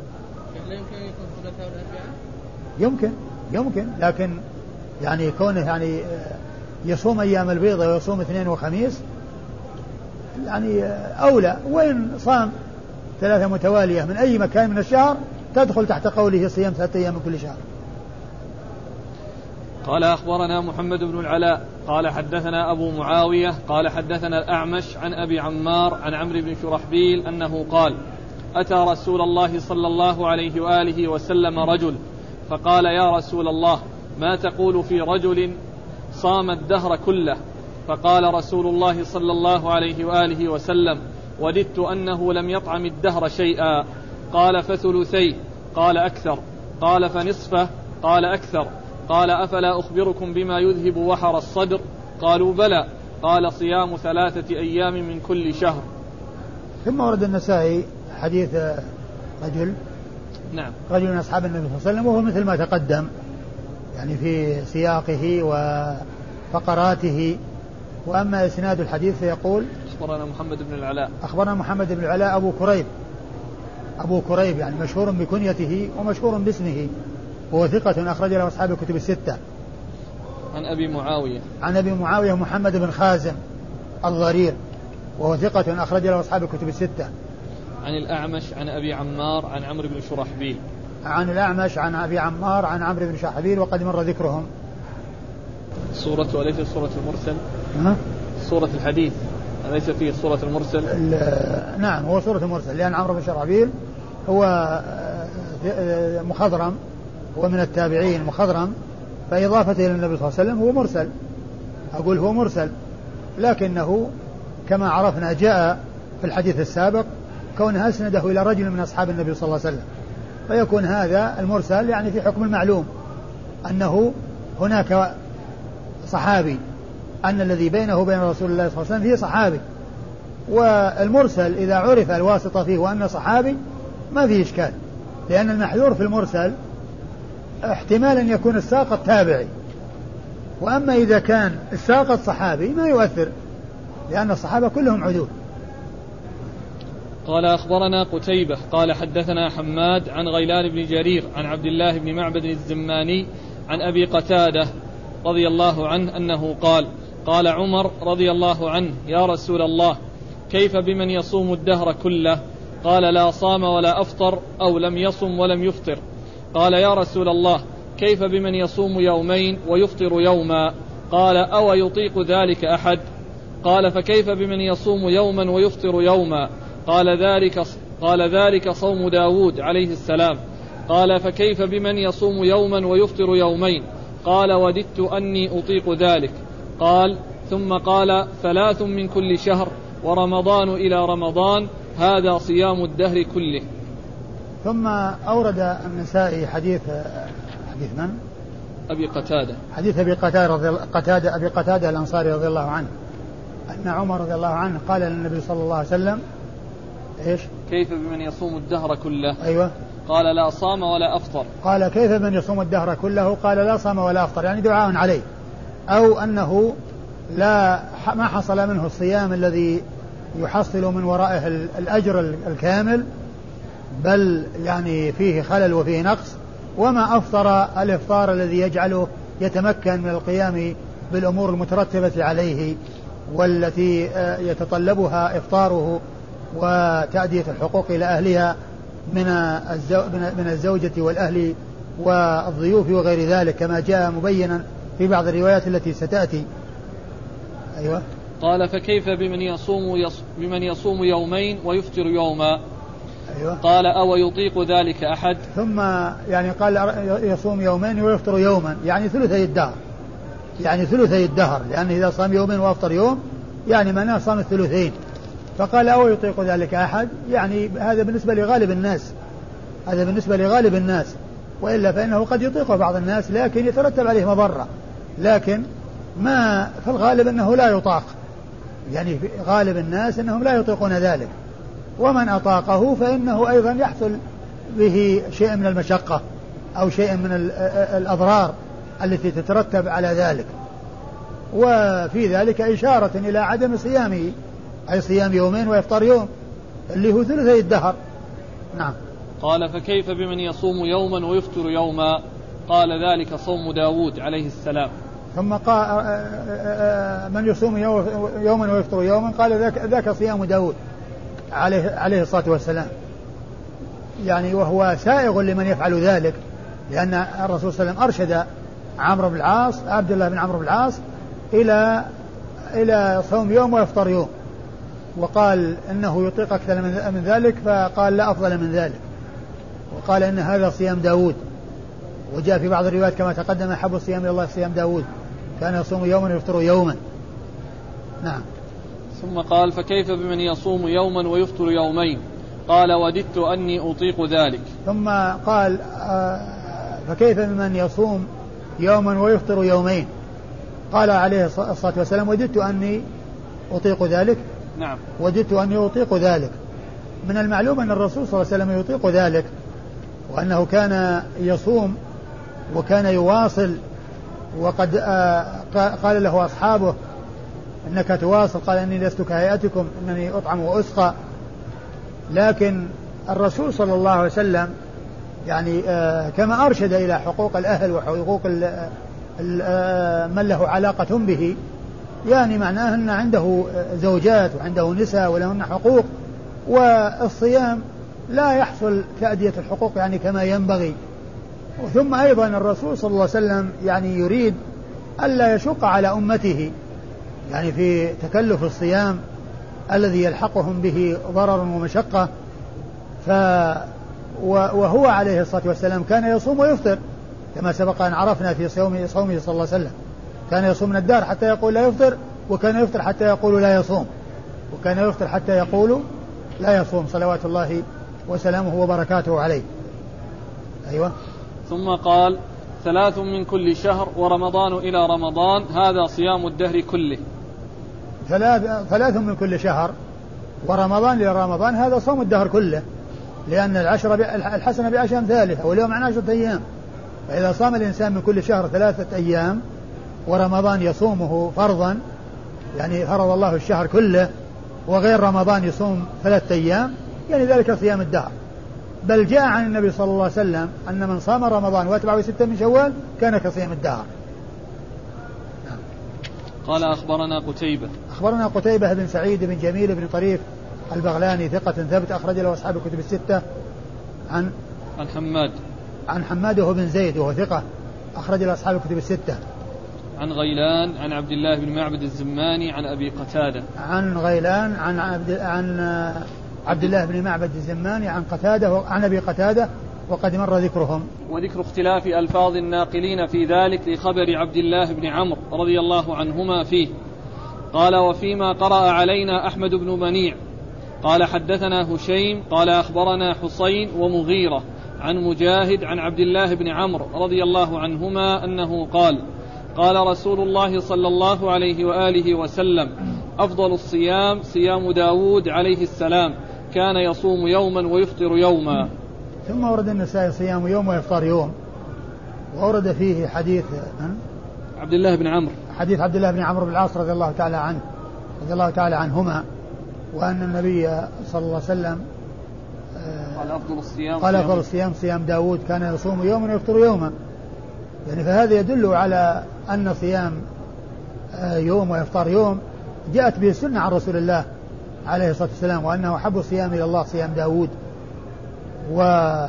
[SPEAKER 2] يمكن يمكن لكن يعني كونه يعني يصوم أيام البيض ويصوم اثنين وخميس يعني أولى. وإن صام ثلاثة متوالية من أي مكان من الشهر تدخل تحت قوله صيام ثلاثة أيام من كل شهر.
[SPEAKER 1] قال أخبرنا محمد بن العلاء قال حدثنا أبو معاوية قال حدثنا الأعمش عن أبي عمار عن عمرو بن شرحبيل أنه قال أتى رسول الله صلى الله عليه وآله وسلم رجل فقال يا رسول الله ما تقول في رجل صام الدهر كله؟ فقال رسول الله صلى الله عليه وآله وسلم وددت أنه لم يطعم الدهر شيئا. قال فثلثيه؟ قال أكثر. قال فنصفه؟ قال أكثر. قال أفلا أخبركم بما يذهب وحر الصدر؟ قالوا بلى. قال صيام ثلاثة أيام من كل شهر.
[SPEAKER 2] ثم ورد النسائي حديث رجل
[SPEAKER 1] نعم
[SPEAKER 2] رجل من أصحاب النبي صلى الله عليه وسلم وهو مثل ما تقدم يعني في سياقه وفقراته. وأما إسناد الحديث فيقول
[SPEAKER 1] أخبرنا محمد بن العلاء
[SPEAKER 2] أخبرنا محمد بن العلاء أبو كريب أبو كريب يعني مشهور بكنيته ومشهور باسمه وهو ثقة أخرج له أصحاب الكتب الستة.
[SPEAKER 1] عن أبي معاوية
[SPEAKER 2] عن أبي معاوية محمد بن خازم الضرير وهو ثقة أخرج له أصحاب الكتب الستة.
[SPEAKER 1] عن الأعمش عن أبي عمار عن عمرو بن شرحبيل
[SPEAKER 2] عن الأعمش عن أبي عمار عن عمرو بن شرحبيل وقد مر ذكرهم.
[SPEAKER 1] صورة وليس صورة المرسل
[SPEAKER 2] ها؟
[SPEAKER 1] صورة الحديث أليس فيه صورة المرسل؟
[SPEAKER 2] نعم هو صورة المرسل لأن عمرو بن شرحبيل هو مخضرم هو من التابعين مخضرم فإضافته إلى النبي صلى الله عليه وسلم هو مرسل. أقول هو مرسل لكنه كما عرفنا جاء في الحديث السابق كونها أسنده إلى رجل من أصحاب النبي صلى الله عليه وسلم، فيكون هذا المرسل يعني في حكم المعلوم أنه هناك صحابي، أن الذي بينه وبين رسول الله صلى الله عليه وسلم فيه صحابي، والمرسل إذا عرف الواسطة فيه وأن صحابي ما فيه إشكال، لأن المحذور في المرسل احتمال أن يكون الساقط تابعي، وأما إذا كان الساقط صحابي ما يؤثر لأن الصحابة كلهم عدول.
[SPEAKER 1] قال أخبرنا قتيبة قال حدثنا حماد عن غيلان بن جرير عن عبد الله بن معبد الزماني عن أبي قتادة رضي الله عنه أنه قال قال عمر رضي الله عنه يا رسول الله كيف بمن يصوم الدهر كله؟ قال لا صام ولا أفطر أو لم يصم ولم يفطر. قال يا رسول الله كيف بمن يصوم يومين ويفطر يوما؟ قال أو يطيق ذلك أحد؟ قال فكيف بمن يصوم يوما ويفطر يوما؟ قال ذلك, قال ذلك صوم داود عليه السلام. قال فكيف بمن يصوم يوما ويفطر يومين؟ قال وددت أني أطيق ذلك. قال ثم قال ثلاث من كل شهر ورمضان إلى رمضان هذا صيام الدهر كله.
[SPEAKER 2] ثم أورد النسائي حديث حديث من؟
[SPEAKER 1] أبي قتادة
[SPEAKER 2] حديث أبي قتادة, رضي قتادة أبي قتادة الأنصاري رضي الله عنه أن عمر رضي الله عنه قال للنبي صلى الله عليه وسلم إيش؟
[SPEAKER 1] كيف بمن يصوم الدهر كله؟
[SPEAKER 2] أيوة.
[SPEAKER 1] قال لا صام ولا أفطر.
[SPEAKER 2] قال كيف بمن يصوم الدهر كله؟ قال لا صام ولا أفطر، يعني دعاء عليه، أو أنه لا ما حصل منه الصيام الذي يحصل من ورائه الأجر الكامل، بل يعني فيه خلل وفيه نقص، وما أفطر الإفطار الذي يجعله يتمكن من القيام بالأمور المترتبة عليه والتي يتطلبها إفطاره وتأدية الحقوق إلى أهلها من الزوجة والأهل والضيوف وغير ذلك كما جاء مبينا في بعض الروايات التي ستأتي. أيوة.
[SPEAKER 1] قال فكيف بمن يصوم, يص بمن يصوم يومين ويفطر يوما؟
[SPEAKER 2] أيوة.
[SPEAKER 1] قال أو يطيق ذلك أحد؟
[SPEAKER 2] ثم يعني قال يصوم يومين ويفطر يوما، يعني ثلثي الدهر، يعني ثلثي الدهر، لأن إذا صام يومين وأفطر يوم يعني معناه صام الثلثين. فقال أو يطيق ذلك أحد، يعني هذا بالنسبة لغالب الناس، هذا بالنسبة لغالب الناس، وإلا فإنه قد يطيقه بعض الناس لكن يترتب عليه مضرة، لكن ما في الغالب أنه لا يطاق، يعني في غالب الناس أنهم لا يطيقون ذلك، ومن أطاقه فإنه أيضا يحصل به شيء من المشقة أو شيء من الأضرار التي تترتب على ذلك، وفي ذلك إشارة إلى عدم صيامه، أي صيام يومين ويفطر يوم اللي هو ثلثي الدهر. نعم.
[SPEAKER 1] قال فكيف بمن يصوم يوما ويفطر يوما؟ قال ذلك صوم داود عليه السلام.
[SPEAKER 2] ثم قال من يصوم يوما ويفطر يوما قال ذاك, ذاك صيام داود عليه, عليه الصلاة والسلام، يعني وهو سائغ لمن يفعل ذلك، لأن الرسول صلى الله عليه وسلم أرشد عمرو بن العاص عبد الله بن عمرو بن العاص إلى إلى صوم يوم ويفطر يوم، وقال إنه يطيق أكثر من ذلك، فقال لا أفضل من ذلك، وقال إن هذا صيام داود. وجاء في بعض الروايات كما تقدم أحب الصيام إلى الله صيام داود كان يصوم يوما ويفطر يوما. نعم.
[SPEAKER 1] ثم قال فكيف بمن يصوم يوما ويفطر يومين؟ قال وددت أني أطيق ذلك.
[SPEAKER 2] ثم قال فكيف بمن يصوم يوما ويفطر يومين؟ قال عليه الصلاة والسلام وددت أني أطيق ذلك.
[SPEAKER 1] نعم.
[SPEAKER 2] وددت أني أطيق ذلك. من المعلوم أن الرسول صلى الله عليه وسلم يطيق ذلك، وأنه كان يصوم وكان يواصل، وقد قال له أصحابه إنك تواصل، قال إني لست كهيئتكم إنني أطعم وأسقى، لكن الرسول صلى الله عليه وسلم يعني كما أرشد إلى حقوق الأهل وحقوق من له علاقة به، يعني معناه أن عنده زوجات وعنده نساء ولهن حقوق، والصيام لا يحصل تأدية الحقوق يعني كما ينبغي. ثم أيضا الرسول صلى الله عليه وسلم يعني يريد ألا يشق على أمته يعني في تكلف الصيام الذي يلحقهم به ضرر ومشقة، ف وهو عليه الصلاة والسلام كان يصوم ويفطر كما سبق أن عرفنا في صومه صومه صلى الله عليه وسلم، كان يصوم من الدار حتى يقول لا يفطر، وكان يفطر حتى يقول لا يصوم. وكان يفطر حتى يقول لا يصوم صلوات الله وسلامه وبركاته عليه. أيوة.
[SPEAKER 1] ثم قال ثلاث من كل شهر ورمضان إلى رمضان هذا صيام الدهر كله.
[SPEAKER 2] ثلاث, ثلاث من كل شهر ورمضان إلى رمضان هذا صوم الدهر كله، لأن العشرة الحسنة بعشر أمثالها واليوم عن عشرة أيام. فإذا صام الإنسان من كل شهر ثلاثة أيام ورمضان يصومه فرضا، يعني فرض الله الشهر كله، وغير رمضان يصوم ثلاثة أيام، يعني ذلك صيام الدهر. بل جاء عن النبي صلى الله عليه وسلم أن من صام رمضان واتبعه ستة من شوال كان كصيام الدهر.
[SPEAKER 1] قال أخبرنا قتيبة
[SPEAKER 2] أخبرنا قتيبة بن سعيد بن جميل بن طريف البغلاني ثقة ثبت أخرج له أصحاب الكتب الستة. عن
[SPEAKER 1] عن حماد
[SPEAKER 2] عن حماد بن زيد وهو ثقة أخرج له أصحاب الكتب الستة.
[SPEAKER 1] عن غيلان عن عبد الله بن معبد الزماني عن أبي قتادة.
[SPEAKER 2] عن غيلان عن عبد عن عبد الله بن معبد الزماني عن قتادة عن أبي قتادة وقد مر ذكرهم.
[SPEAKER 1] وذكر اختلاف ألفاظ الناقلين في ذلك لخبر عبد الله بن عمرو رضي الله عنهما فيه. قال وفيما قرأ علينا أحمد بن منيع قال حدثنا هشيم قال أخبرنا حسين ومغيرة عن مجاهد عن عبد الله بن عمرو رضي الله عنهما أنه قال قال رسول الله صلى الله عليه وآله وسلم أفضل الصيام صيام داود عليه السلام كان يصوم يوما ويفطر يوما.
[SPEAKER 2] ثم ورد النسائي صيام يوم ويفطر يوم، وورد فيه حديث
[SPEAKER 1] عبد الله بن عمرو
[SPEAKER 2] حديث عبد الله بن عمرو بن العاص رضي الله تعالى عنه رضي الله تعالى عنهما، وأن النبي صلى الله عليه وسلم
[SPEAKER 1] قال أفضل الصيام
[SPEAKER 2] قال أفضل الصيام صيام داود كان يصوم يوما ويفطر يوما. يعني فهذا يدل على أن صيام يوم ويفطر يوم جاءت به السنة عن رسول الله عليه الصلاة والسلام، وأنه أحب الصيام إلى الله صيام داود. و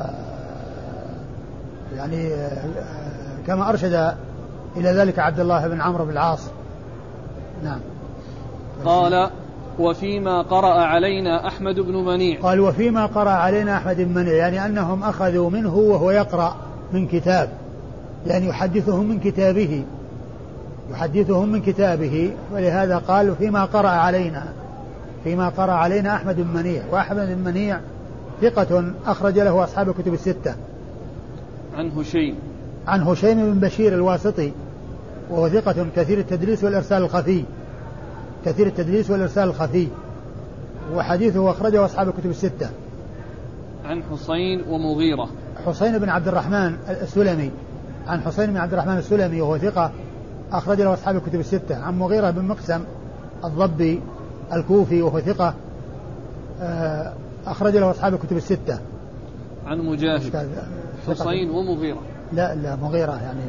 [SPEAKER 2] يعني كما أرشد إلى ذلك عبد الله بن عمرو بن العاص. نعم.
[SPEAKER 1] قال وفيما قرأ علينا أحمد بن منيع
[SPEAKER 2] قال وفيما قرأ علينا أحمد بن منيع، يعني أنهم أخذوا منه وهو يقرأ من كتاب، يعني يحدثهم من كتابه يحدثهم من كتابه ولهذا قال فيما قرأ علينا فيما قرأ علينا أحمد بن منيع. وأحمد بن منيع ثقة أخرج له أصحاب الكتب الستة.
[SPEAKER 1] عن هشيم
[SPEAKER 2] عن هشيم بن بشير الواسطي وهو ثقة كثير التدليس والإرسال الخفي كثير التدليس والإرسال الخفي وحديثه أخرجه أصحاب الكتب الستة.
[SPEAKER 1] عن حسين ومغيرة
[SPEAKER 2] حسين بن عبد الرحمن السلمي عن حسين بن عبد الرحمن السلمي وهو ثقة أخرج له أصحاب الكتب الستة. عن مغيرة بن مقسم الضبي الكوفي وهو ثقة أخرج له أصحاب الكتب الستة.
[SPEAKER 1] عن مجاهد حسين ومغيرة
[SPEAKER 2] لا لا مغيرة يعني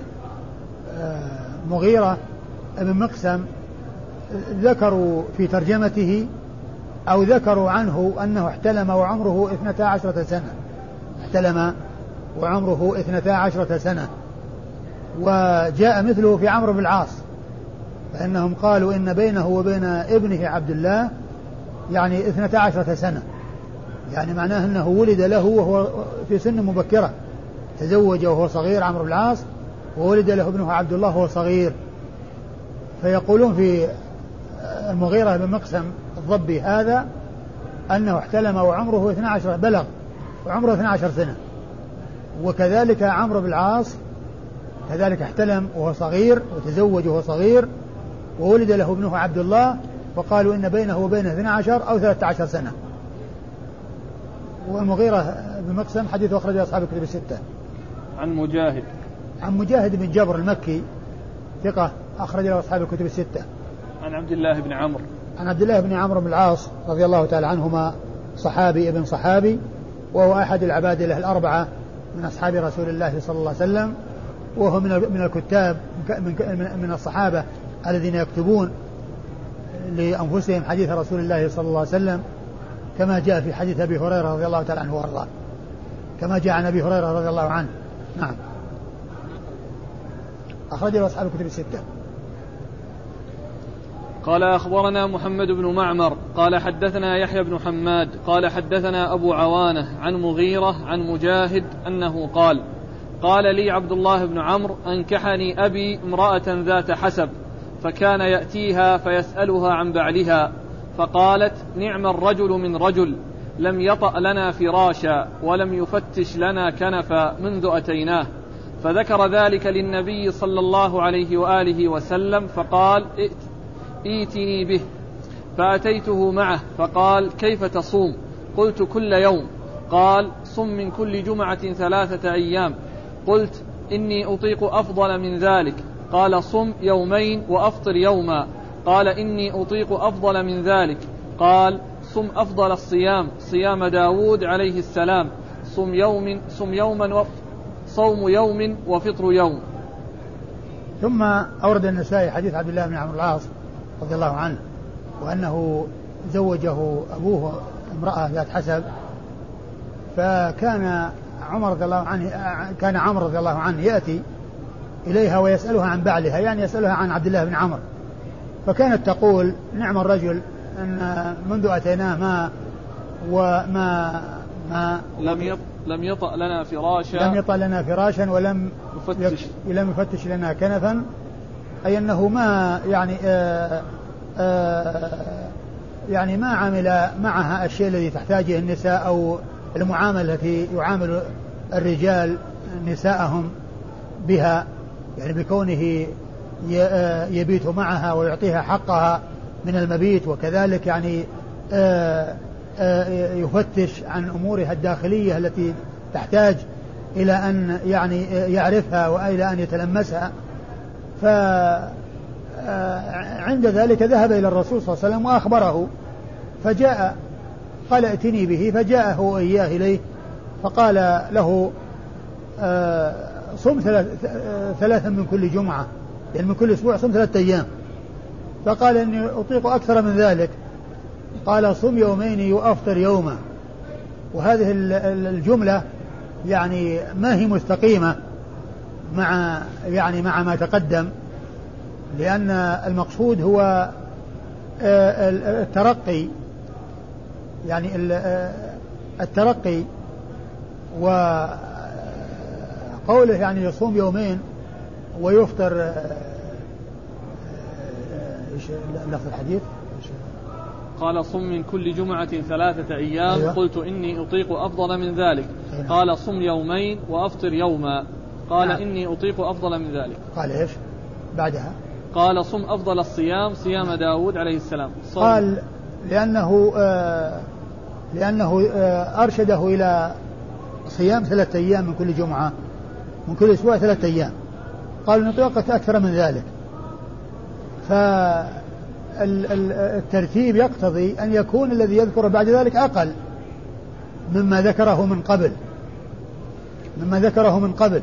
[SPEAKER 2] مغيرة بن مقسم ذكروا في ترجمته أو ذكروا عنه أنه احتلم وعمره اثنتا عشرة سنة احتلم وعمره اثنتا عشرة سنة. وجاء مثله في عمرو بن العاص، فإنهم قالوا إن بينه وبين ابنه عبد الله يعني اثنتا عشرة سنة، يعني معناه أنه ولد له وهو في سن مبكرة، تزوج وهو صغير عمرو بن العاص وولد له ابنه عبد الله وهو صغير. فيقولون في المغيرة بن مقسم الضبي هذا أنه احتلم وعمره اثنا عشر بلغ وعمره اثنا عشر سنة. وكذلك عمرو بن العاص كذلك احتلم وهو صغير وتزوج وهو صغير وولد له ابنه عبد الله، وقالوا إن بينه وبينه اثنا عشر أو ثلاثة عشر سنة. والمغيرة بن مقسم حديث أخرجه أصحاب الكتب الستة.
[SPEAKER 1] عن مجاهد
[SPEAKER 2] عن مجاهد بن جبر المكي ثقة أخرج له أصحاب الكتب الستة.
[SPEAKER 1] عن عبد الله بن عمرو
[SPEAKER 2] عن عبد الله بن عمرو بن العاص رضي الله تعالى عنهما صحابي ابن صحابي، وهو أحد العباد له الأربعة من أصحاب رسول الله صلى الله عليه وسلم، وهو من من الكتاب من من الصحابة الذين يكتبون لأنفسهم حديث رسول الله صلى الله عليه وسلم، كما جاء في حديث أبي هريرة رضي الله تعالى عنه وارضاه، كما جاء عن أبي هريرة رضي الله عنه. نعم. أخرجه أصحاب الكتب الستة.
[SPEAKER 1] قال أخبرنا محمد بن معمر قال حدثنا يحيى بن حماد قال حدثنا أبو عوانة عن مغيرة عن مجاهد أنه قال قال لي عبد الله بن عمرو أنكحني أبي امرأة ذات حسب، فكان يأتيها فيسألها عن بعلها، فقالت نعم الرجل من رجل لم يطأ لنا فراشا ولم يفتش لنا كنفا منذ أتيناه. فذكر ذلك للنبي صلى الله عليه وآله وسلم فقال ائت ائتني به. فأتيته معه فقال كيف تصوم؟ قلت كل يوم. قال صم من كل جمعة ثلاثة أيام. قلت إني أطيق أفضل من ذلك. قال صم يومين وأفطر يوما. قال إني أطيق أفضل من ذلك. قال صم أفضل الصيام صيام داود عليه السلام صم يوم صم يوما صوم يوم وفطر يوم.
[SPEAKER 2] ثم أورد النسائي حديث عبد الله بن عمرو العاص رضي الله عنه وأنه زوجه أبوه امرأة ذات حسب، فكان عمر رضي الله عنه كان عمرو رضي الله عنه يأتي إليها ويسألها عن بعلها، يعني يسألها عن عبد الله بن عمرو، فكانت تقول نعم الرجل أن منذ أتيناه ما وما ما
[SPEAKER 1] لم يط لم يطأ لنا فراشا
[SPEAKER 2] لم يطأ لنا فراشا ولم
[SPEAKER 1] يفتش
[SPEAKER 2] لم يفتش لنا كنفا، أي أنه ما يعني آآ آآ يعني ما عمل معها الشيء الذي تحتاجه النساء أو المعاملة التي يعامل الرجال نساءهم بها، يعني بكونه يبيت معها ويعطيها حقها من المبيت، وكذلك يعني يفتش عن أمورها الداخلية التي تحتاج إلى أن يعني يعرفها وإلى أن يتلمسها. فعند ذلك ذهب إلى الرسول صلى الله عليه وسلم وأخبره، فجاء قال ائتني به، فجاءه وإياه إليه فقال له صم ثلاثا من كل جمعة، يعني من كل أسبوع صم ثلاثة أيام. فقال إني أطيق أكثر من ذلك. قال صم يومين وأفطر يوما. وهذه الجملة يعني ما هي مستقيمة مع يعني مع ما تقدم، لأن المقصود هو الترقي، يعني الترقي، وقوله يعني يصوم يومين ويفطر ايش لفظ الحديث؟
[SPEAKER 1] قال صم من كل جمعة ثلاثة أيام. أيوة. قلت إني أطيق أفضل من ذلك. أيوة. قال صم يومين وأفطر يوما. قال نعم. إني أطيق أفضل من ذلك.
[SPEAKER 2] قال إيش بعدها؟
[SPEAKER 1] قال صم أفضل الصيام صيام داود عليه السلام.
[SPEAKER 2] قال لأنه آه لأنه آه أرشده إلى صيام ثلاثة أيام من كل جمعة، من كل أسبوع ثلاثة أيام. قال نطيق أكثر من ذلك. فالترتيب يقتضي أن يكون الذي يذكر بعد ذلك أقل مما ذكره من قبل مما ذكره من قبل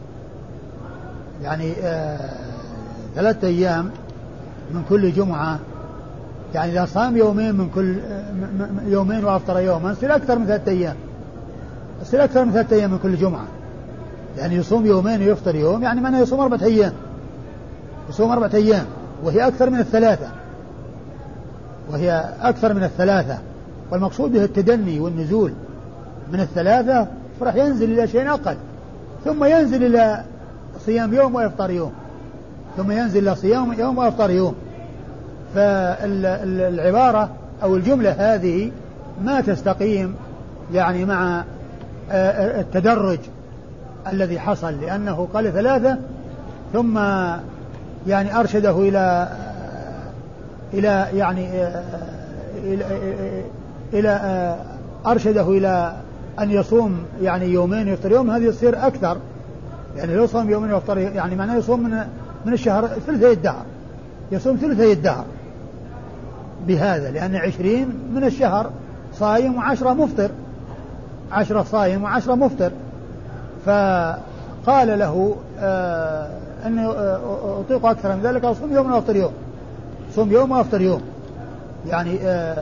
[SPEAKER 2] يعني آه ثلاثة أيام من كل جمعة، يعني إذا صام يومين من كل يومين وأفطر يوما يصير أكثر من ثلاثة أيام يصير أكثر من ثلاثة أيام من كل جمعة. يعني يصوم يومين ويفطر يوم، يعني معناه يصوم أربعة أيام يصوم أربعة أيام وهي أكثر من الثلاثة وهي أكثر من الثلاثة والمقصود به التدني والنزول من الثلاثة، فرح ينزل إلى شيء أقل، ثم ينزل إلى صيام يوم ويفطر يوم، ثم ينزل إلى صيام يوم ويفطر يوم. فالعبارة أو الجملة هذه ما تستقيم يعني مع التدرج الذي حصل، لأنه قال ثلاثة ثم يعني أرشده إلى إلى يعني إلى, إلى أرشده إلى أن يصوم يعني يومين ويفطر يوم، هذه يصير أكثر، يعني لو صام يومين ويفطر يعني معناه يصوم من من الشهر ثلثي الدهر، يصوم ثلثي الدهر بهذا، لأن عشرين من الشهر صايم وعشرة مفطر، عشرة صايم وعشرة مفطر. فقال له آه أني أطيق أكثر من ذلك، أصوم يوم وأفطر يوم، صوم يوم وأفطر يوم، يعني آه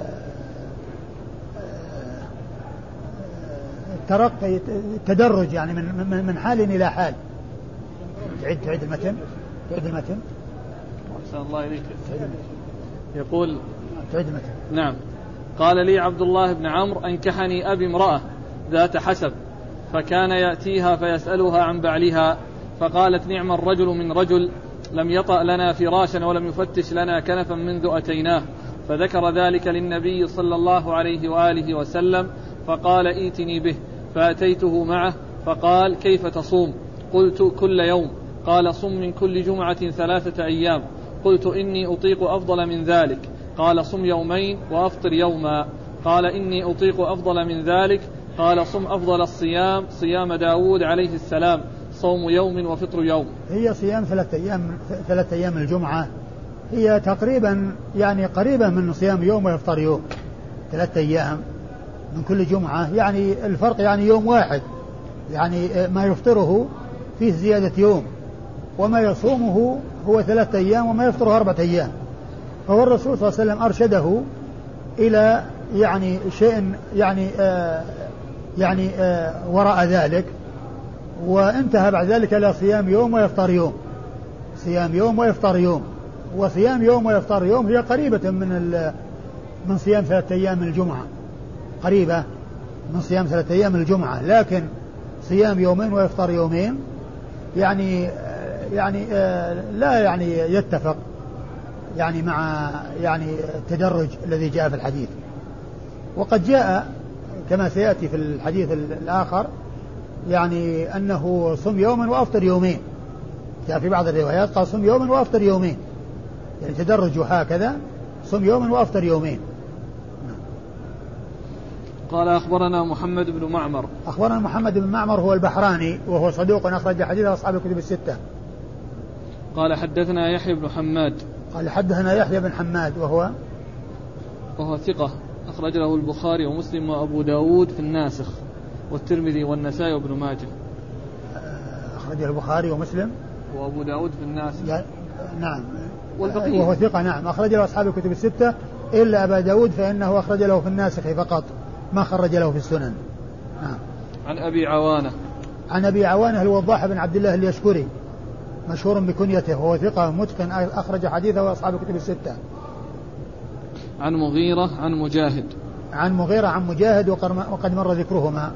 [SPEAKER 2] الترقي التدرج يعني من من حال إلى حال. تعيد تعيد المتن تعيد المتن
[SPEAKER 1] أحسن الله إليك. يقول
[SPEAKER 2] تعيد المتن.
[SPEAKER 1] نعم. قال لي عبد الله بن عمرو أنكحني أبي امرأة ذات حسب، فكان يأتيها فيسألها عن بعلها، فقالت نعم الرجل من رجل لم يطأ لنا فراشا ولم يفتش لنا كنفا منذ أتيناه. فذكر ذلك للنبي صلى الله عليه وآله وسلم فقال ائتني به، فأتيته معه فقال كيف تصوم؟ قلت كل يوم. قال صم من كل جمعة ثلاثة أيام. قلت إني أطيق أفضل من ذلك. قال صم يومين وأفطر يوما. قال إني أطيق أفضل من ذلك. قال صم أفضل الصيام صيام داود عليه السلام، صوم يوم وفطر يوم.
[SPEAKER 2] هي صيام ثلاثة أيام ثلاثة أيام الجمعة هي تقريبا يعني قريبة من صيام يوم ويفطر يوم. ثلاثة أيام من كل جمعة يعني الفرق يعني يوم واحد، يعني ما يفطره فيه زيادة يوم، وما يصومه هو ثلاثة أيام وما يفطره أربعة أيام. فهو الرسول صلى الله عليه وسلم أرشده إلى يعني شيء يعني آه يعني آه وراء ذلك، وانتهى بعد ذلك إلى صيام يوم ويفطر يوم. صيام يوم ويفطر يوم، وصيام يوم ويفطر يوم هي قريبة من من صيام ثلاثة أيام الجمعة، قريبة من صيام ثلاثة أيام الجمعة، لكن صيام يومين ويفطر يومين يعني يعني لا يعني يتفق يعني مع يعني التدرج الذي جاء في الحديث. وقد جاء كما سيأتي في الحديث الآخر يعني أنه صم يوما وأفطر يومين، جاء في بعض الروايات قال صم يوما وأفطر يومين، يعني تدرج هكذا، صم يوما وأفطر يومين.
[SPEAKER 1] قال أخبرنا محمد بن معمر.
[SPEAKER 2] أخبرنا محمد بن معمر هو البحراني وهو صدوق أخرج حديث أصحاب الكتب الستة.
[SPEAKER 1] قال حدثنا يحيى بن حماد.
[SPEAKER 2] قال حدثنا يحيى بن حماد وهو
[SPEAKER 1] وهو ثقة أخرج له البخاري ومسلم وأبو داود في الناسخ والترمذي والنسائي وابن ماجه.
[SPEAKER 2] أخرج البخاري ومسلم
[SPEAKER 1] وأبو داود في الناسخ.
[SPEAKER 2] نعم.
[SPEAKER 1] والبقية.
[SPEAKER 2] وهو ثقة نعم أخرج له أصحاب الكتب الستة إلا أبا داود فإنه أخرج له في الناسخ فقط، ما خرج له في السنن. نعم.
[SPEAKER 1] عن أبي عوانة.
[SPEAKER 2] عن أبي عوانة الوضاح بن عبد الله اليشكري مشهور بكنيته وهو ثقة متقن أخرج حديثه وأصحاب الكتب الستة.
[SPEAKER 1] عن مغيرة عن مجاهد.
[SPEAKER 2] عن مغيرة عن مجاهد وقد مر ذكرهما.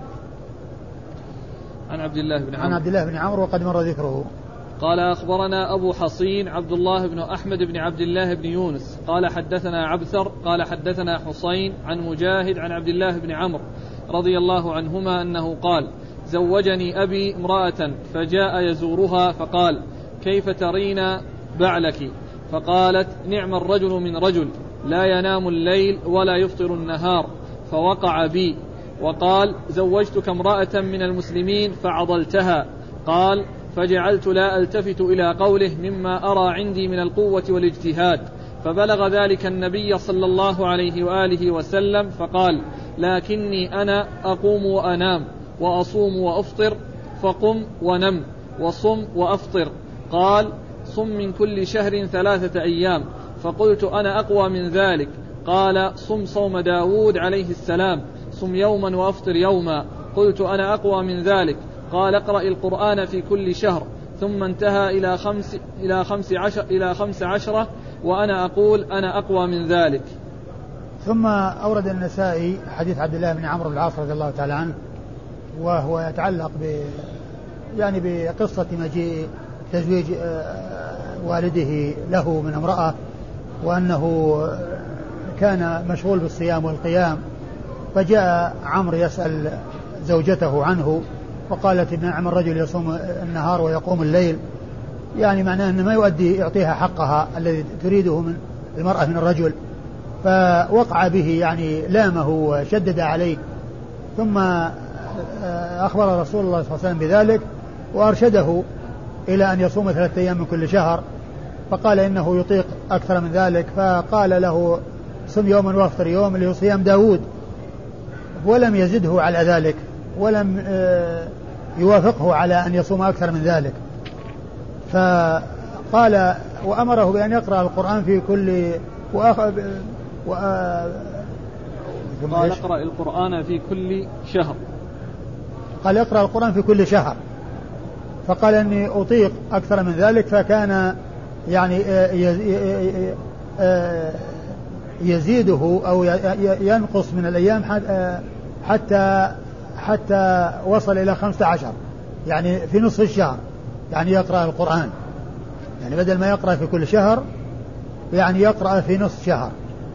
[SPEAKER 1] عن عبد الله بن عمرو.
[SPEAKER 2] عن عبد الله بن عمرو وقد مر ذكره.
[SPEAKER 1] قال أخبرنا أبو حصين عبد الله بن أحمد بن عبد الله بن يونس قال حدثنا عبثر قال حدثنا حصين عن مجاهد عن عبد الله بن عمرو رضي الله عنهما أنه قال زوجني أبي امرأة فجاء يزورها فقال كيف ترين بعلك؟ فقالت نعم الرجل من رجل لا ينام الليل ولا يفطر النهار، فوقع بي. وقال زوجتك امرأة من المسلمين فعضلتها. قال فجعلت لا ألتفت إلى قوله مما أرى عندي من القوة والاجتهاد، فبلغ ذلك النبي صلى الله عليه وآله وسلم فقال لكني أنا أقوم وأنام وأصوم وأفطر، فقم ونم وصم وأفطر. قال صم من كل شهر ثلاثة أيام. فقلت أنا أقوى من ذلك. قال صم صوم داود عليه السلام، صم يوما وأفطر يوما. قلت أنا أقوى من ذلك. قال اقرأ القرآن في كل شهر. ثم انتهى إلى خمس إلى خمس عشر إلى خمس عشرة وأنا أقول أنا أقوى من ذلك.
[SPEAKER 2] ثم أورد النسائي حديث عبد الله بن عمرو بن العاص رضي الله تعالى عنه، وهو يتعلق ب يعني بقصة مجيء تزويج والده له من امرأة، وأنه كان مشغول بالصيام والقيام، فجاء عمرو يسأل زوجته عنه وقالت إن نعم الرجل يصوم النهار ويقوم الليل، يعني معناه أنه ما يؤدي يعطيها حقها الذي تريده من المرأة من الرجل، فوقع به يعني لامه وشدد عليه. ثم أخبر رسول الله صلى الله عليه وسلم بذلك وأرشده إلى أن يصوم ثلاثة أيام من كل شهر، فقال إنه يطيق أكثر من ذلك، فقال له صم يوما وافطر يوم اللي هو صيام داود، ولم يزده على ذلك ولم يوافقه على أن يصوم أكثر من ذلك. فقال وأمره بأن يقرأ القرآن في كل وأخ... و...
[SPEAKER 1] قال اقرأ القرآن في كل شهر.
[SPEAKER 2] قال اقرأ القرآن في كل شهر، فقال إني أطيق أكثر من ذلك، فكان يعني يزيده أو ينقص من الأيام حتى حتى وصل إلى خمسة عشر، يعني في نصف الشهر يعني يقرأ القرآن، يعني بدل ما يقرأ في كل شهر يعني يقرأ في نصف شهر،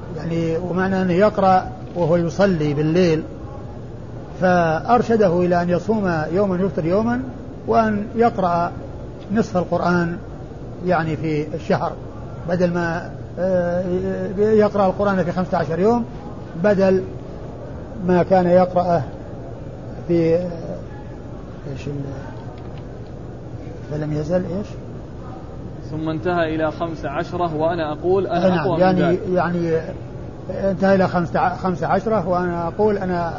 [SPEAKER 2] يعني ومعنى أنه يقرأ وهو يصلي بالليل، فأرشده إلى أن يصوم يوما يفطر يوما، وأن يقرأ نصف القرآن يعني في الشهر، بدل ما يقرأ القرآن في خمسة عشر يوم بدل ما كان يقرأه في إيش فلم يزل إيش
[SPEAKER 1] ثم انتهى إلى خمس عشرة وأنا أقول أنا
[SPEAKER 2] نعم
[SPEAKER 1] أقوى
[SPEAKER 2] يعني
[SPEAKER 1] من ذلك.
[SPEAKER 2] يعني انتهى إلى خمس عشرة وأنا أقول أنا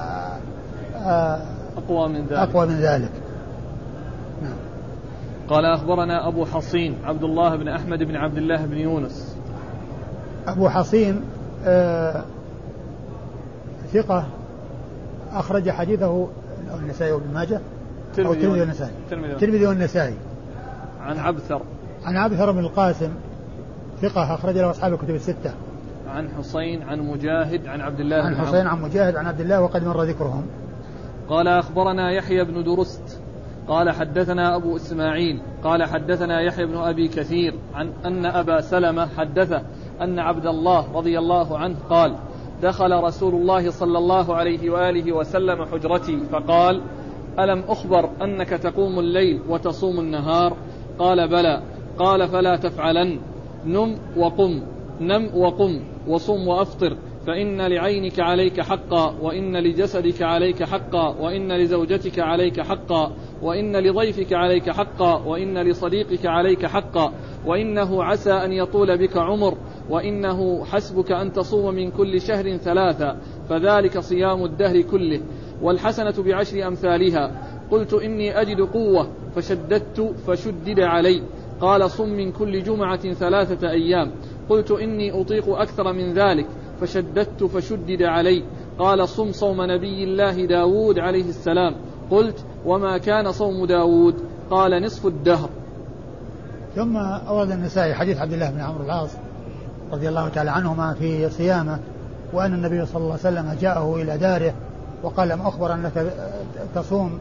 [SPEAKER 1] أقوى من ذلك
[SPEAKER 2] أقوى من ذلك. نعم.
[SPEAKER 1] قال أخبرنا أبو حصين عبد الله بن أحمد بن عبد الله بن يونس.
[SPEAKER 2] أبو حصين آه ثقة أخرج حديثه النسائي وابن ماجه أو الترمذي والنسائي الترمذي والنسائي.
[SPEAKER 1] عن عبثر
[SPEAKER 2] عن عبثر بن القاسم ثقة أخرج له أصحاب الكتب الستة.
[SPEAKER 1] عن حسين عن مجاهد عن عبد الله
[SPEAKER 2] عن حسين عن مجاهد عن عبد الله وقد مر ذكرهم.
[SPEAKER 1] قال أخبرنا يحيى بن درست قال حدثنا أبو إسماعيل قال حدثنا يحيى بن أبي كثير عن أن أبا سلمة حدثه أن عبد الله رضي الله عنه قال دخل رسول الله صلى الله عليه وآله وسلم حجرتي فقال ألم أخبر أنك تقوم الليل وتصوم النهار؟ قال بلى. قال فلا تفعلن، نم وقم، نم وقم وصم وأفطر، فإن لعينك عليك حقا، وإن لجسدك عليك حقا، وإن لزوجتك عليك حقا، وإن لضيفك عليك حقا، وإن لصديقك عليك حقا، وإنه عسى أن يطول بك عمر، وإنه حسبك أن تصوم من كل شهر ثلاثة، فذلك صيام الدهر كله، والحسنة بعشر أمثالها. قلت إني أجد قوة فشددت فشدد علي. قال صم من كل جمعة ثلاثة أيام. قلت إني أطيق أكثر من ذلك فشددت فشدد علي. قال صم صوم نبي الله داود عليه السلام. قلت وما كان صوم داود؟ قال نصف الدهر.
[SPEAKER 2] ثم أورد النسائي حديث عبد الله بن عمرو العاص رضي الله تعالى عنهما في صيامه، وأن النبي صلى الله عليه وسلم جاءه إلى داره وقال لم أخبر أنك تصوم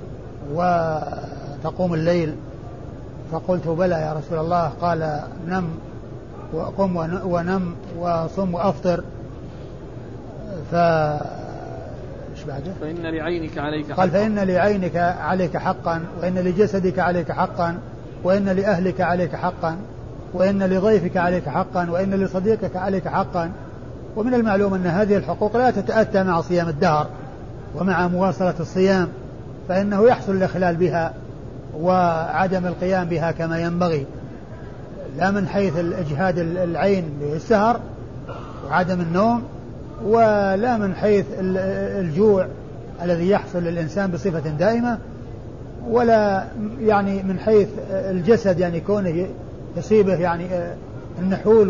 [SPEAKER 2] وتقوم الليل؟ فقلت بلى يا رسول الله. قال نم وقم ونم وصم وأفطر. ف إيش بعده؟
[SPEAKER 1] فإن لعينك عليك حقا.
[SPEAKER 2] قال فإن لعينك عليك حقا، وإن لجسدك عليك حقا، وإن لأهلك عليك حقا، وإن لضيفك عليك حقا، وإن لصديقك عليك حقا. ومن المعلوم أن هذه الحقوق لا تتأتى مع صيام الدهر ومع مواصلة الصيام، فإنه يحصل الإخلال بها وعدم القيام بها كما ينبغي، لا من حيث الإجهاد العين بالسهر وعدم النوم، ولا من حيث الجوع الذي يحصل للإنسان بصفة دائمة، ولا يعني من حيث الجسد يعني كونه يصيبه يعني النحول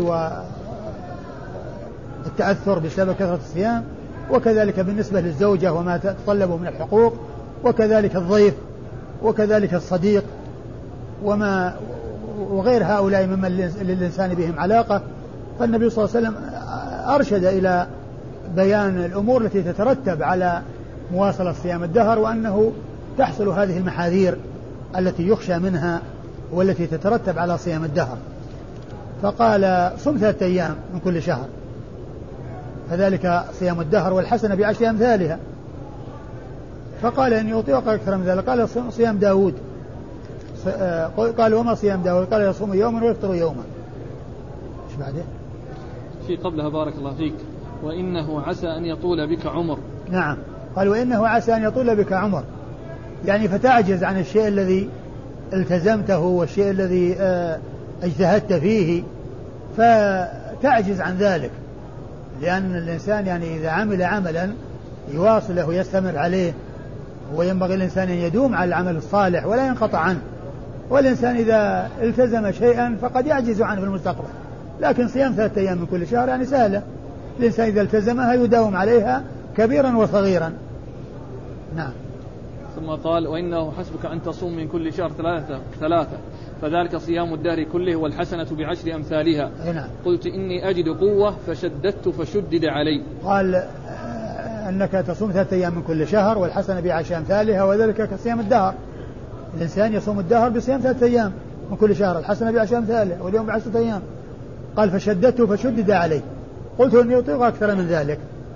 [SPEAKER 2] والتأثر بسبب كثرة الصيام، وكذلك بالنسبة للزوجة وما تتطلبه من الحقوق، وكذلك الضيف، وكذلك الصديق، وما وغير هؤلاء ممن للإنسان بهم علاقة. فالنبي صلى الله عليه وسلم أرشد إلى بيان الأمور التي تترتب على مواصلة صيام الدهر، وأنه تحصل هذه المحاذير التي يخشى منها والتي تترتب على صيام الدهر. فقال صم ثلاثة أيام من كل شهر، فذلك صيام الدهر، والحسنة بعشر أمثالها. فقال إني أطيق أكثر من ذلك. قال صيام داود. قال وما صيام داود؟ قال يصوم يوما ويفطر يوما. ايش بعده؟
[SPEAKER 1] في قبلها بارك الله فيك وإنه عسى أن يطول بك عمر.
[SPEAKER 2] نعم، قال وإنه عسى أن يطول بك عمر، يعني فتعجز عن الشيء الذي التزمته والشيء الذي اجتهدت فيه، فتعجز عن ذلك، لأن الإنسان يعني إذا عمل عملا يواصله ويستمر عليه، وينبغي الإنسان أن يدوم على العمل الصالح ولا ينقطع عنه. والإنسان إذا التزم شيئا فقد يعجز عنه في المستقبل، لكن صيام ثلاثة أيام من كل شهر يعني سهلة، الإنسان إذا التزمها يداوم عليها كبيرا وصغيرا. نعم.
[SPEAKER 1] ثم قال وإنه حسبك أن تصوم من كل شهر ثلاثة ثلاثة فذلك صيام الدهر كله، والحسنة بعشر أمثالها.
[SPEAKER 2] نعم.
[SPEAKER 1] قلت إني أجد قوة فشددت فشدد علي.
[SPEAKER 2] قال أنك تصوم ثلاثة أيام من كل شهر والحسنة بعشر أمثالها، وذلك كصيام الدهر، الإنسان يصوم الدهر بصيام ثلاثة أيام من كل شهر، الحسنة بعشر أمثالها، واليوم بعشرة أيام. قال فشددت فشدد علي، قلت إني أطيق أكثر من ذلك.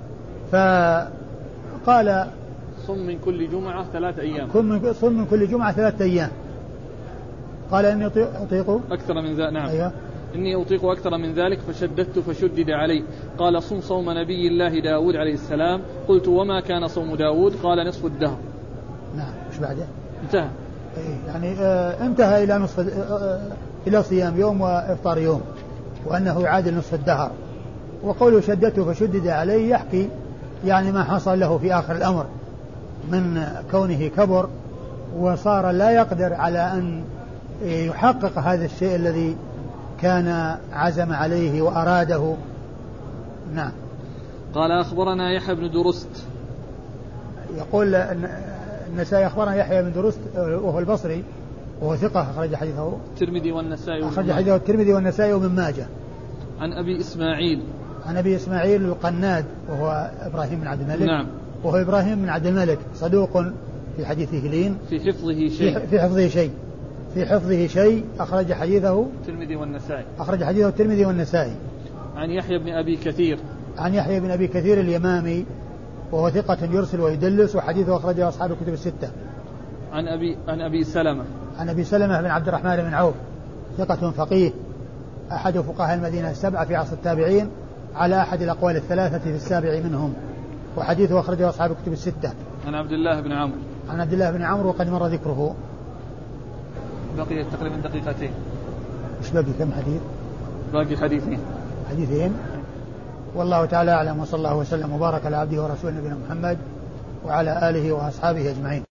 [SPEAKER 2] فقال
[SPEAKER 1] صم من كل جمعة ثلاث أيام
[SPEAKER 2] صم من كل جمعة ثلاثة أيام. قال إني أطيق
[SPEAKER 1] أكثر من ذلك. نعم.
[SPEAKER 2] أيوة.
[SPEAKER 1] إني أطيق أكثر من ذلك فشددت فشدد علي. قال صم صوم نبي الله داود عليه السلام. قلت وما كان صوم داود؟ قال نصف الدهر.
[SPEAKER 2] نعم. إيش بعده؟
[SPEAKER 1] انتهى.
[SPEAKER 2] يعني آه انتهى إلى نصف آه إلى صيام يوم وإفطار يوم، وأنه يعادل نصف الدهر. وقوله شددته فشدد عليه يحكي يعني ما حصل له في آخر الأمر من كونه كبر وصار لا يقدر على أن يحقق هذا الشيء الذي كان عزم عليه وأراده. نعم.
[SPEAKER 1] قال أخبرنا يحيى بن درست.
[SPEAKER 2] يقول النسائي أخبرنا يحيى بن درست وهو البصري وهو ثقة أخرج حديثه
[SPEAKER 1] الترمذي والنسائي
[SPEAKER 2] أخرج حديثه الترمذي والنسائي ومن ماجه.
[SPEAKER 1] عن أبي إسماعيل
[SPEAKER 2] عن أبي إسماعيل القناد وهو إبراهيم بن عبد الملك.
[SPEAKER 1] نعم.
[SPEAKER 2] وهو إبراهيم بن عبد الملك صدوق في حديثه لين
[SPEAKER 1] في حفظه شيء
[SPEAKER 2] في حفظه شيء في حفظه شيء أخرج حديثه
[SPEAKER 1] الترمذي والنسائي
[SPEAKER 2] أخرج حديثه الترمذي والنسائي.
[SPEAKER 1] عن يحيى بن أبي كثير
[SPEAKER 2] عن يحيى بن أبي كثير اليمامي وهو ثقة يرسل ويدلس وحديثه أخرجه أصحاب الكتب الستة.
[SPEAKER 1] عن أبي عن أبي سلمة
[SPEAKER 2] عن أبي سلمة بن عبد الرحمن بن عوف ثقة فقيه أحد فقهاء المدينة السبعة في عصر التابعين على أحد الأقوال الثلاثة في السابع منهم، وحديثه أخرجه أصحاب الكتب الستة.
[SPEAKER 1] عن عبد الله بن عمرو
[SPEAKER 2] عن عبد الله بن عمرو وقد مر ذكره.
[SPEAKER 1] بقي تقريبا دقيقتين.
[SPEAKER 2] إيش باقي كم حديث؟
[SPEAKER 1] باقي حديثين.
[SPEAKER 2] حديثين. والله تعالى أعلم، وصلى الله وسلم وبارك على عبده ورسوله نبينا محمد وعلى آله وأصحابه أجمعين.